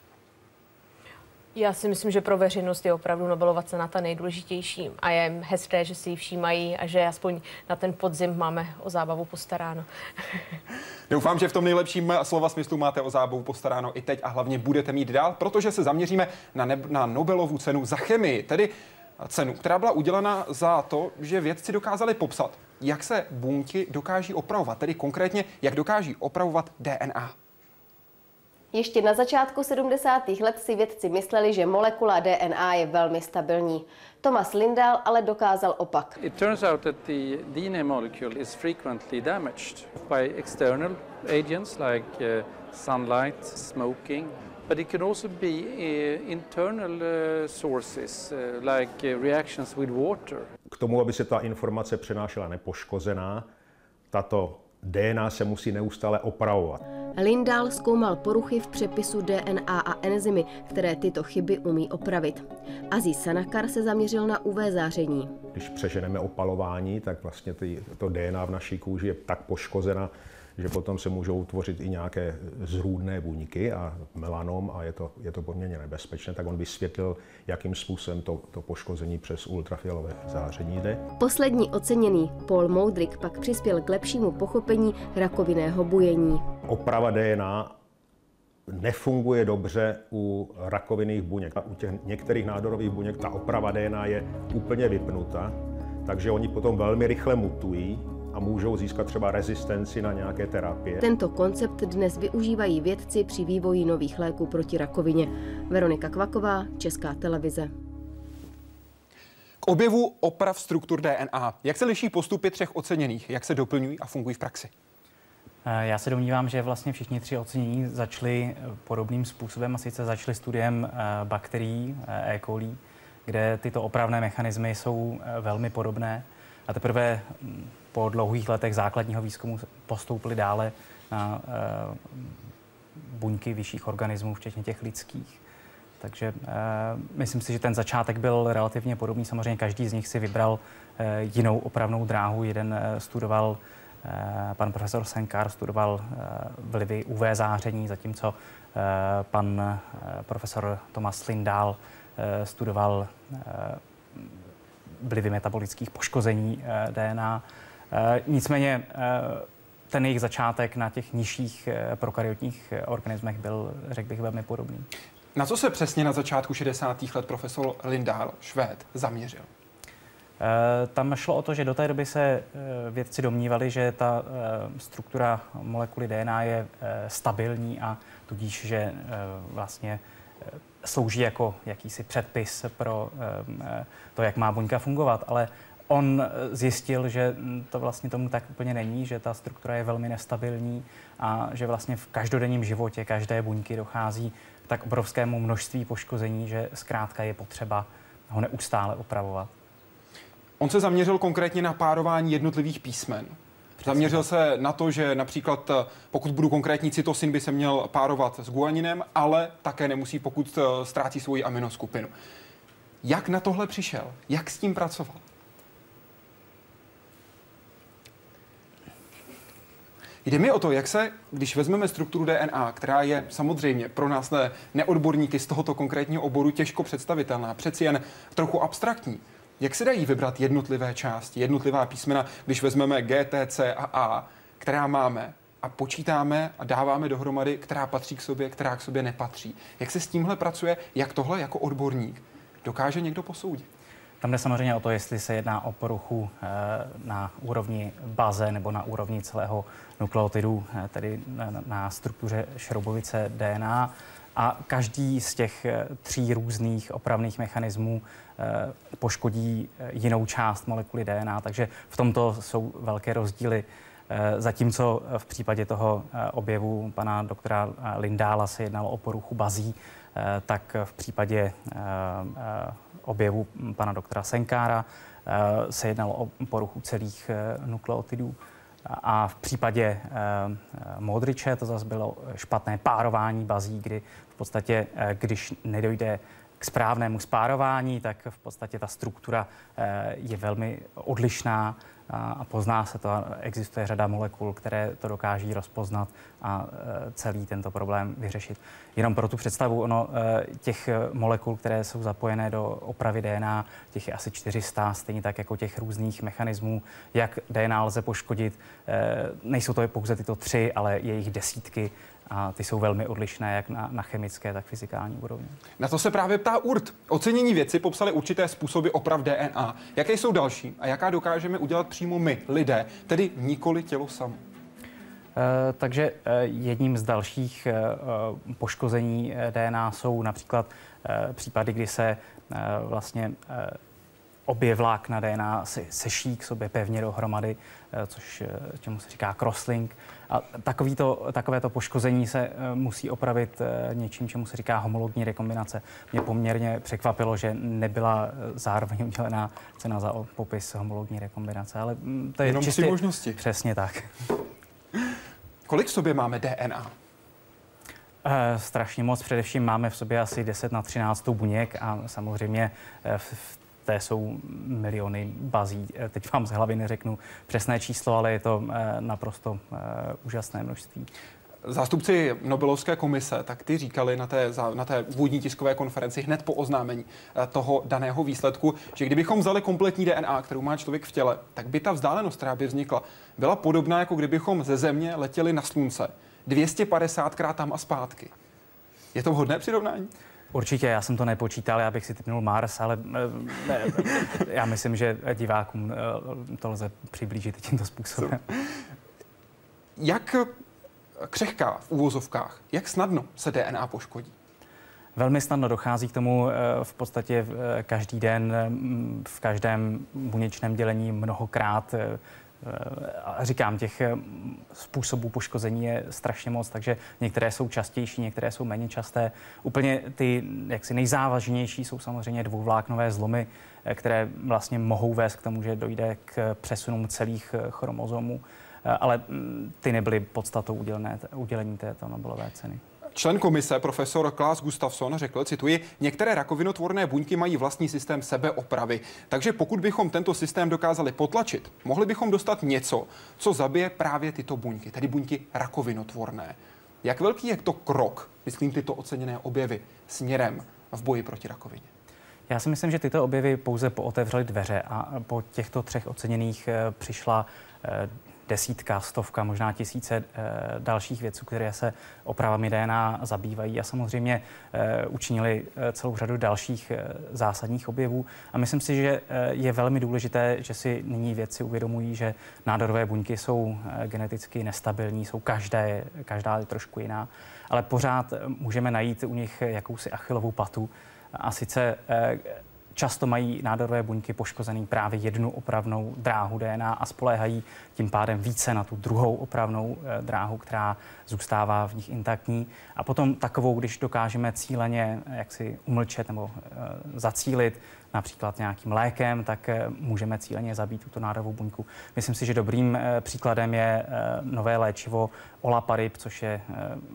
Já si myslím, že pro veřejnost je opravdu Nobelova cena ta nejdůležitější a je hezké, že si ji všímají a že aspoň na ten podzim máme o zábavu postaráno. Doufám, že v tom nejlepším slova smyslu máte o zábavu postaráno i teď a hlavně budete mít dál, protože se zaměříme na Nobelovu cenu za chemii, tedy cenu, která byla udělena za to, že vědci dokázali popsat, jak se buňky dokáží opravovat, tedy konkrétně, jak dokáží opravovat DNA. Ještě na začátku 70. let si vědci mysleli, že molekula DNA je velmi stabilní. Thomas Lindahl ale dokázal opak. It turns out that the DNA molecule is frequently damaged by external agents like sunlight, smoking, but it can also be internal sources like reactions with water. K tomu, aby se ta informace přenášela nepoškozená, tato DNA se musí neustále opravovat. Lindahl zkoumal poruchy v přepisu DNA a enzymy, které tyto chyby umí opravit. Aziz Sanakar se zaměřil na UV záření. Když přeženeme opalování, tak vlastně to DNA v naší kůži je tak poškozena, že potom se můžou tvořit i nějaké zrůdné buňky a melanom a je to poměrně nebezpečné, tak on vysvětlil, jakým způsobem to poškození přes ultrafialové záření jde. Poslední oceněný Paul Moudrick pak přispěl k lepšímu pochopení rakovinného bujení. Oprava DNA nefunguje dobře u rakovinných buněk. U těch některých nádorových buněk ta oprava DNA je úplně vypnuta, takže oni potom velmi rychle mutují a můžou získat třeba rezistenci na nějaké terapie. Tento koncept dnes využívají vědci při vývoji nových léků proti rakovině. Veronika Kvaková, Česká televize. K objevu oprav struktur DNA. Jak se liší postupy 3 oceněných? Jak se doplňují a fungují v praxi? Já se domnívám, že vlastně všichni 3 ocenění začali podobným způsobem a sice začali studiem bakterií E. coli, kde tyto opravné mechanismy jsou velmi podobné. A teprve po dlouhých letech základního výzkumu postoupili dále na buňky vyšších organismů, včetně těch lidských. Takže myslím si, že ten začátek byl relativně podobný. Samozřejmě každý z nich si vybral jinou opravnou dráhu. Jeden studoval, pan profesor Senkar studoval vlivy UV záření, zatímco pan profesor Thomas Lindahl studoval vlivy metabolických poškození DNA. Nicméně ten jejich začátek na těch nižších prokaryotních organismech byl, řekl bych, velmi podobný. Na co se přesně na začátku 60. let profesor Lindahl, Švéd, zaměřil? Tam šlo o to, že do té doby se vědci domnívali, že ta struktura molekuly DNA je stabilní a tudíž, že vlastně slouží jako jakýsi předpis pro to, jak má buňka fungovat, ale on zjistil, že to vlastně tomu tak úplně není, že ta struktura je velmi nestabilní a že vlastně v každodenním životě každé buňky dochází k tak obrovskému množství poškození, že zkrátka je potřeba ho neustále opravovat. On se zaměřil konkrétně na párování jednotlivých písmen. Zaměřil se na to, že například pokud budu konkrétní, cytosin by se měl párovat s guaninem, ale také nemusí, pokud ztrácí svoji aminoskupinu. Jak na tohle přišel? Jak s tím pracoval? Jde mi o to, jak se, když vezmeme strukturu DNA, která je samozřejmě pro nás neodborníky z tohoto konkrétního oboru těžko představitelná, přeci jen trochu abstraktní, jak se dají vybrat jednotlivé části, jednotlivá písmena, když vezmeme G, T, C a A, která máme a počítáme a dáváme dohromady, která patří k sobě, která k sobě nepatří. Jak se s tímhle pracuje, jak tohle jako odborník dokáže někdo posoudit? Tam jde samozřejmě o to, jestli se jedná o poruchu na úrovni baze nebo na úrovni celého nukleotidu, tedy na struktuře šroubovice DNA. A každý z těch 3 různých opravných mechanismů poškodí jinou část molekuly DNA, takže v tomto jsou velké rozdíly. Zatímco v případě toho objevu pana doktora Lindahla se jednalo o poruchu bazí, tak v případě objevu pana doktora Senkara se jednalo o poruchu celých nukleotidů. A v případě Modriče to zase bylo špatné párování bazí, kdy v podstatě, když nedojde k správnému spárování, tak v podstatě ta struktura je velmi odlišná a pozná se to. Existuje řada molekul, které to dokáží rozpoznat a celý tento problém vyřešit. Jenom pro tu představu, těch molekul, které jsou zapojené do opravy DNA, těch je asi 400, stejně tak jako těch různých mechanismů, jak DNA lze poškodit. Nejsou to pouze tyto 3, ale je jich desítky. A ty jsou velmi odlišné jak na chemické, tak fyzikální úrovni. Na to se právě ptá URT. Ocenění vědci popsali určité způsoby oprav DNA. Jaké jsou další a jaká dokážeme udělat přímo my, lidé, tedy nikoli tělo samo? Takže jedním z dalších poškození DNA jsou například případy, kdy se vlastně obě vlákna DNA seší k sobě pevně dohromady, což čemu se říká crosslink. A takovéto poškození se musí opravit něčím, čemu se říká homologní rekombinace. Mě poměrně překvapilo, že nebyla zároveň udělená cena za popis homologní rekombinace, ale to je jenom čistě možnosti. Přesně tak. Kolik v sobě máme DNA? Strašně moc. Především máme v sobě asi 10 na 13 buněk a samozřejmě v té jsou miliony bazí. Teď vám z hlavy neřeknu přesné číslo, ale je to naprosto úžasné množství. Zástupci Nobelovské komise, tak ty říkali na té úvodní tiskové konferenci hned po oznámení toho daného výsledku, že kdybychom vzali kompletní DNA, kterou má člověk v těle, tak by ta vzdálenost, která by vznikla, byla podobná, jako kdybychom ze Země letěli na Slunce. 250krát tam a zpátky. Je to vhodné přirovnání? Určitě, já jsem to nepočítal, já bych si tipnul Mars, ale já myslím, že divákům to lze přiblížit tímto způsobem. Jak křehká v uvozovkách, jak snadno se DNA poškodí? Velmi snadno dochází k tomu v podstatě každý den, v každém buněčném dělení mnohokrát. A říkám, těch způsobů poškození je strašně moc, takže některé jsou častější, některé jsou méně časté. Úplně ty jaksi nejzávažnější jsou samozřejmě dvouvláknové zlomy, které vlastně mohou vést k tomu, že dojde k přesunům celých chromozomů, ale ty nebyly podstatou udělení této Nobelové ceny. Člen komise profesor Klaas Gustafsson řekl, cituji, některé rakovinotvorné buňky mají vlastní systém sebeopravy, takže pokud bychom tento systém dokázali potlačit, mohli bychom dostat něco, co zabije právě tyto buňky, tedy buňky rakovinotvorné. Jak velký je to krok, myslím tyto oceněné objevy, směrem v boji proti rakovině? Já si myslím, že tyto objevy pouze pootevřely dveře a po těchto 3 oceněných přišla desítka, stovka, možná tisíce dalších vědců, které se opravami DNA zabývají a samozřejmě učinili celou řadu dalších zásadních objevů. A myslím si, že je velmi důležité, že si nyní vědci uvědomují, že nádorové buňky jsou geneticky nestabilní, jsou každá je trošku jiná, ale pořád můžeme najít u nich jakousi Achillovu patu. A sice často mají nádorové buňky poškozený právě jednu opravnou dráhu DNA a spoléhají tím pádem více na tu druhou opravnou dráhu, která zůstává v nich intaktní. A potom takovou, když dokážeme cíleně jaksi umlčet nebo zacílit například nějakým lékem, tak můžeme cíleně zabít tuto nádorovou buňku. Myslím si, že dobrým příkladem je nové léčivo olaparib, což je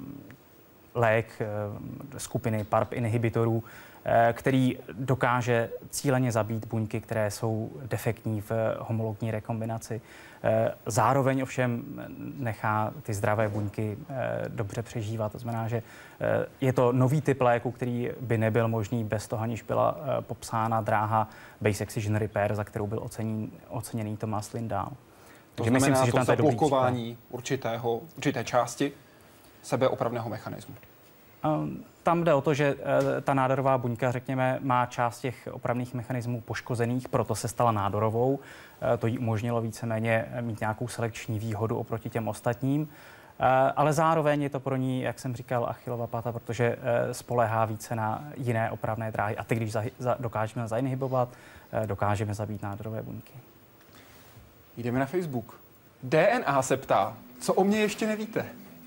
lék skupiny PARP inhibitorů, který dokáže cíleně zabít buňky, které jsou defektní v homologní rekombinaci. Zároveň ovšem nechá ty zdravé buňky dobře přežívat. To znamená, že je to nový typ léku, který by nebyl možný bez toho, aniž byla popsána dráha base excision repair, za kterou byl oceněný Thomas Lindahl. To znamená to zablokování určité části sebeopravného mechanismu. Tam jde o to, že ta nádorová buňka, řekněme, má část těch opravných mechanismů poškozených, proto se stala nádorovou. To jí umožnilo víceméně mít nějakou selekční výhodu oproti těm ostatním. Ale zároveň je to pro ní, jak jsem říkal, Achillova pata, protože spoléhá více na jiné opravné dráhy. A ty, když dokážeme zainhibovat, dokážeme zabít nádorové buňky. Jdeme na Facebook. DNA se ptá, co o mě ještě nevíte?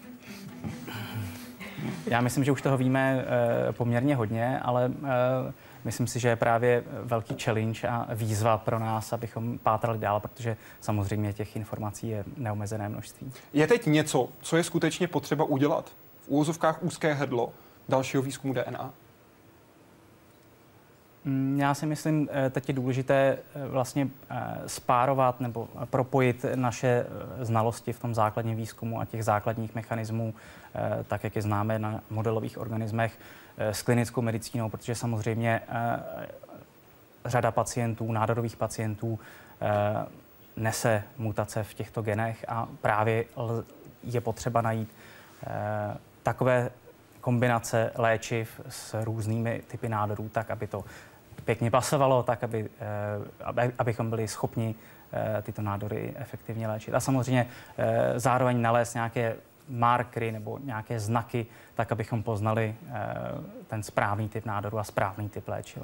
Já myslím, že už toho víme poměrně hodně, ale myslím si, že je právě velký challenge a výzva pro nás, abychom pátrali dál, protože samozřejmě těch informací je neomezené množství. Je teď něco, co je skutečně potřeba udělat? V úvozovkách úzké hrdlo dalšího výzkumu DNA? Já si myslím, teď je důležité vlastně spárovat nebo propojit naše znalosti v tom základním výzkumu a těch základních mechanismů, tak jak je známe na modelových organismech, s klinickou medicínou, protože samozřejmě řada pacientů, nádorových pacientů nese mutace v těchto genech a právě je potřeba najít takové kombinace léčiv s různými typy nádorů, tak aby to pěkně pasovalo, tak abychom byli schopni tyto nádory efektivně léčit. A samozřejmě zároveň nalézt nějaké markery nebo nějaké znaky, tak abychom poznali ten správný typ nádoru a správný typ léčiva.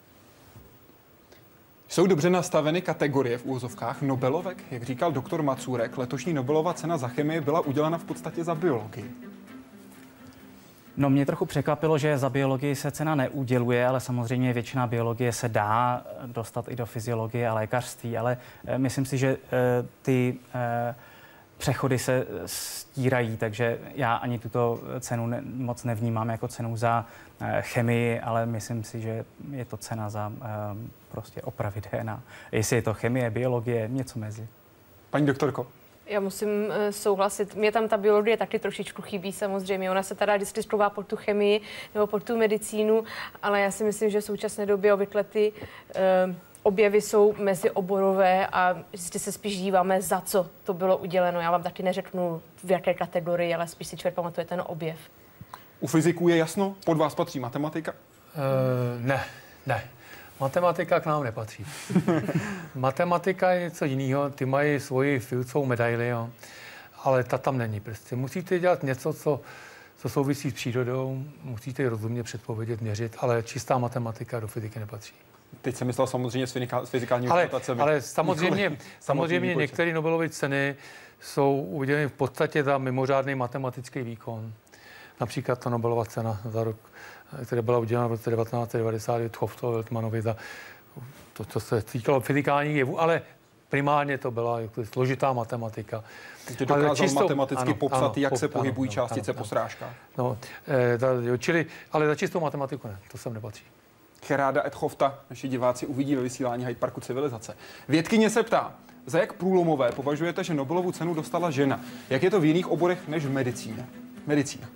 Jsou dobře nastaveny kategorie v úvozovkách Nobelovek? Jak říkal doktor Macůrek, letošní Nobelova cena za chemii byla udělena v podstatě za biologii. No, mě trochu překvapilo, že za biologii se cena neuděluje, ale samozřejmě většina biologie se dá dostat i do fyziologie a lékařství, ale myslím si, že ty přechody se stírají, takže já ani tuto cenu moc nevnímám jako cenu za chemii, ale myslím si, že je to cena za prostě opravy DNA. Jestli je to chemie, biologie, něco mezi. Paní doktorko. Já musím souhlasit. Mě tam ta biologie taky trošičku chybí samozřejmě. Ona se teda vždycky schová pod tu chemii nebo pod tu medicínu, ale já si myslím, že v současné době obvykle ty objevy jsou mezioborové a vždycky se spíš díváme, za co to bylo uděleno. Já vám taky neřeknu, v jaké kategorii, ale spíš si člověk pamatuje ten objev. U fyziků je jasno? Pod vás patří matematika? Ne. Matematika k nám nepatří. Matematika je něco jiného, ty mají svoji Fieldsovou medaili, jo. Ale ta tam není. Prostě musíte dělat něco, co souvisí s přírodou, musíte ji rozumně předpovědět, měřit, ale čistá matematika do fyziky nepatří. Teď jsem myslel samozřejmě s fyzikálními adaptacemi. Ale samozřejmě některé Nobelovy ceny jsou uděleny v podstatě za mimořádný matematický výkon. Například ta Nobelova cena za rok, která byla udělána v roce 1990 Tchofto Weltmanovi za to, co se týkalo fyzikálních jevů, ale primárně to byla složitá matematika. Ty dokázal matematicky popsat, jak se pohybují částice po srážkách. No, ale za čistou matematiku ne, to sem nepatří. Gerarda Etchofta naši diváci uvidí ve vysílání Hyde Parku Civilizace. Vědkyně se ptá, za jak průlomové považujete, že Nobelovu cenu dostala žena? Jak je to v jiných oborech než v medicíně? Medicína.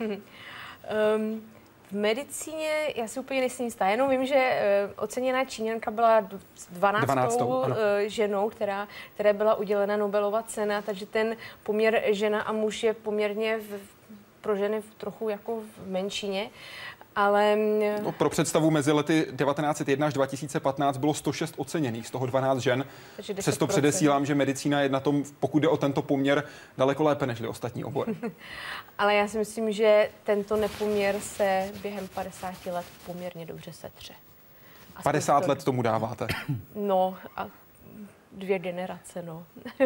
V medicíně já si úplně nejsem jistá. Jenom vím, že oceněná Číňanka byla 12. ženou, které byla udělena Nobelova cena, takže ten poměr žena a muž je poměrně pro ženy trochu jako v menšině. Ale... No, pro představu mezi lety 1901 až 2015 bylo 106 oceněných, z toho 12 žen. Přesto předesílám, že medicína je na tom, pokud jde o tento poměr, daleko lépe než ostatní obory. Ale já si myslím, že tento nepoměr se během 50 let poměrně dobře setře. 50 let tomu dáváte? No a 2 generace, no.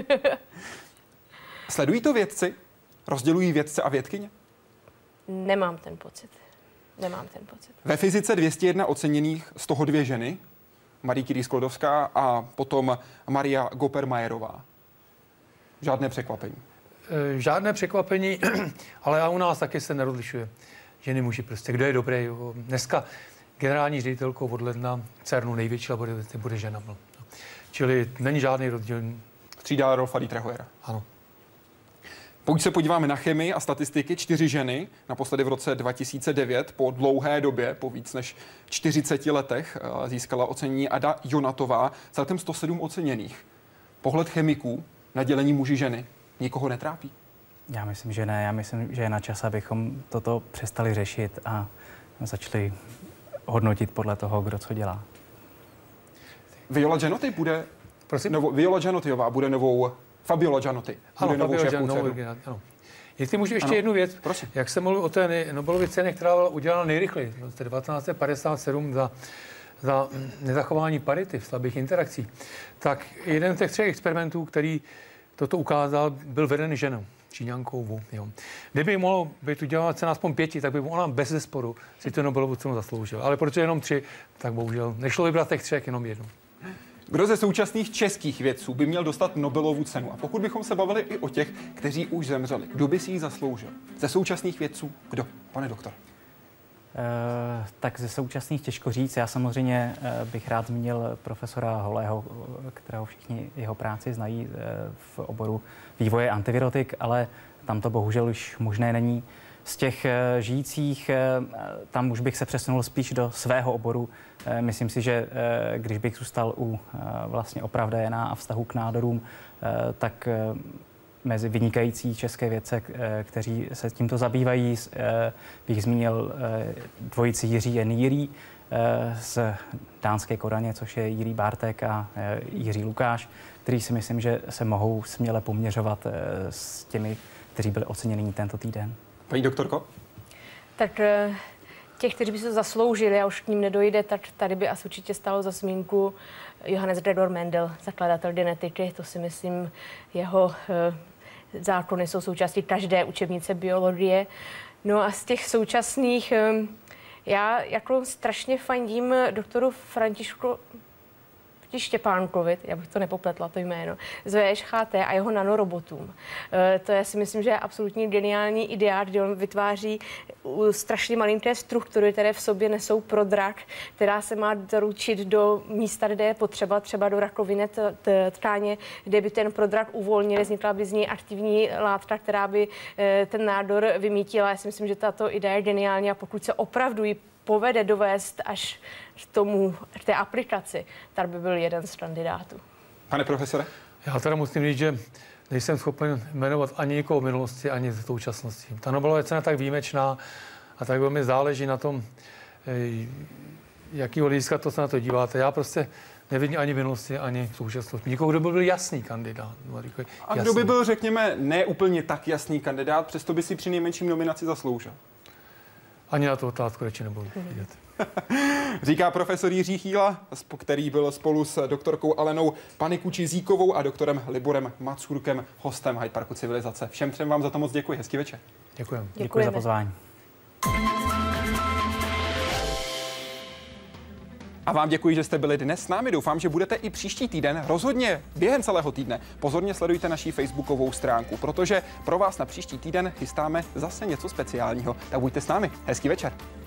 Sledují to vědci? Rozdělují vědce a vědkyně? Nemám ten pocit. Ve fyzice 201 oceněných, z toho 2 ženy, Marie Curie Sklodowská a potom Maria Gopper-Mayerová. Žádné překvapení. Žádné překvapení, ale a u nás taky se nerozlišuje. Ženy, muži prostě. Kdo je dobrý? Dneska generální ředitelkou od ledna CERNu největší laboratoře bude žena. Čili není žádný rozdíl. Střídá Rolfa Dietrahojera. Ano. Pokud se podíváme na chemii a statistiky, 4 ženy, naposledy v roce 2009, po dlouhé době, po víc než 40 letech, získala ocenění Ada Jonatová, celkem 107 oceněných. Pohled chemiků na dělení muži ženy nikoho netrápí? Já myslím, že ne. Já myslím, že je na čas, abychom toto přestali řešit a začali hodnotit podle toho, kdo co dělá. Viola Gianotti bude... Viola Gianottiová bude novou... Fabiola Gianotti. Ano, ano. Jestli můžu ještě jednu věc. Prosím. Jak jsem mluvil o té Nobelově ceně, která byla udělána nejrychleji, v roce 1957 za nezachování parity v slabých interakcí, tak jeden z těch 3 experimentů, který toto ukázal, byl veden ženou, Číňankou Wu. Jo. Kdyby mohlo být udělána cena aspoň 5, tak by ona bez zesporu si tu Nobelovu cenu zasloužila. Ale protože jenom 3, tak bohužel nešlo vybrat těch 3, jenom jednu. Kdo ze současných českých vědců by měl dostat Nobelovu cenu? A pokud bychom se bavili i o těch, kteří už zemřeli, kdo by si ji zasloužil? Ze současných vědců kdo, pane doktor? Tak ze současných těžko říct. Já samozřejmě bych rád zmínil profesora Holého, kterého všichni jeho práci znají v oboru vývoje antivirotik, ale tam to bohužel už možné není. Z těch žijících, tam už bych se přesunul spíš do svého oboru. Myslím si, že když bych zůstal u vlastně oprav DNA a vztahu k nádorům, tak mezi vynikající české vědce, kteří se tímto zabývají, bych zmínil dvojici Jiří a Jiří z dánské Kodaně, což je Jiří Bartek a Jiří Lukáš, který si myslím, že se mohou směle poměřovat s těmi, kteří byli oceněni tento týden. Paní doktorko? Tak těch, kteří by se zasloužili a už k ním nedojde, tak tady by asi určitě stalo za zmínku Johannes Gregor Mendel, zakladatel genetiky. To si myslím, jeho zákony jsou součástí každé učebnice biologie. No a z těch současných, já jako strašně fandím doktoru Františku Štěpánkovi, já bych to nepopletla, to jméno, z VŠHT a jeho nanorobotům. To je si myslím, že je absolutně geniální idea, kdy on vytváří strašně malinké struktury, které v sobě nesou prodrak, která se má doručit do místa, kde je potřeba, třeba do rakoviny tkáně, kde by ten prodrak uvolnil, vznikla by z něj aktivní látka, která by ten nádor vymítila. Já si myslím, že tato idea je geniální a pokud se opravdu povede dovést až k té aplikaci, tak by byl jeden z kandidátů. Pane profesore? Já teda musím říct, že nejsem schopen jmenovat ani někoho v minulosti, ani v současnosti. Ta Nobelova cena je tak výjimečná a tak velmi záleží na tom, jakýho hlediska to se na to díváte. Já prostě nevidím ani v minulosti, ani v současnosti. Nikoho, kdo by byl jasný kandidát. A kdo by byl, řekněme, ne úplně tak jasný kandidát, přesto by si při nejmenším nominaci zasloužil? Ani na tu otázku radši nebudu vidět. Říká profesor Jiří Chýla, který byl spolu s doktorkou Alenou Panikuči-Zíkovou a doktorem Liborem Macurkem hostem Hyde Parku Civilizace. Všem třem vám za to moc děkuji. Hezký večer. Děkujeme. Děkuji za pozvání. A vám děkuji, že jste byli dnes s námi. Doufám, že budete i příští týden. Rozhodně během celého týdne pozorně sledujte naší facebookovou stránku, protože pro vás na příští týden chystáme zase něco speciálního. Tak buďte s námi. Hezký večer.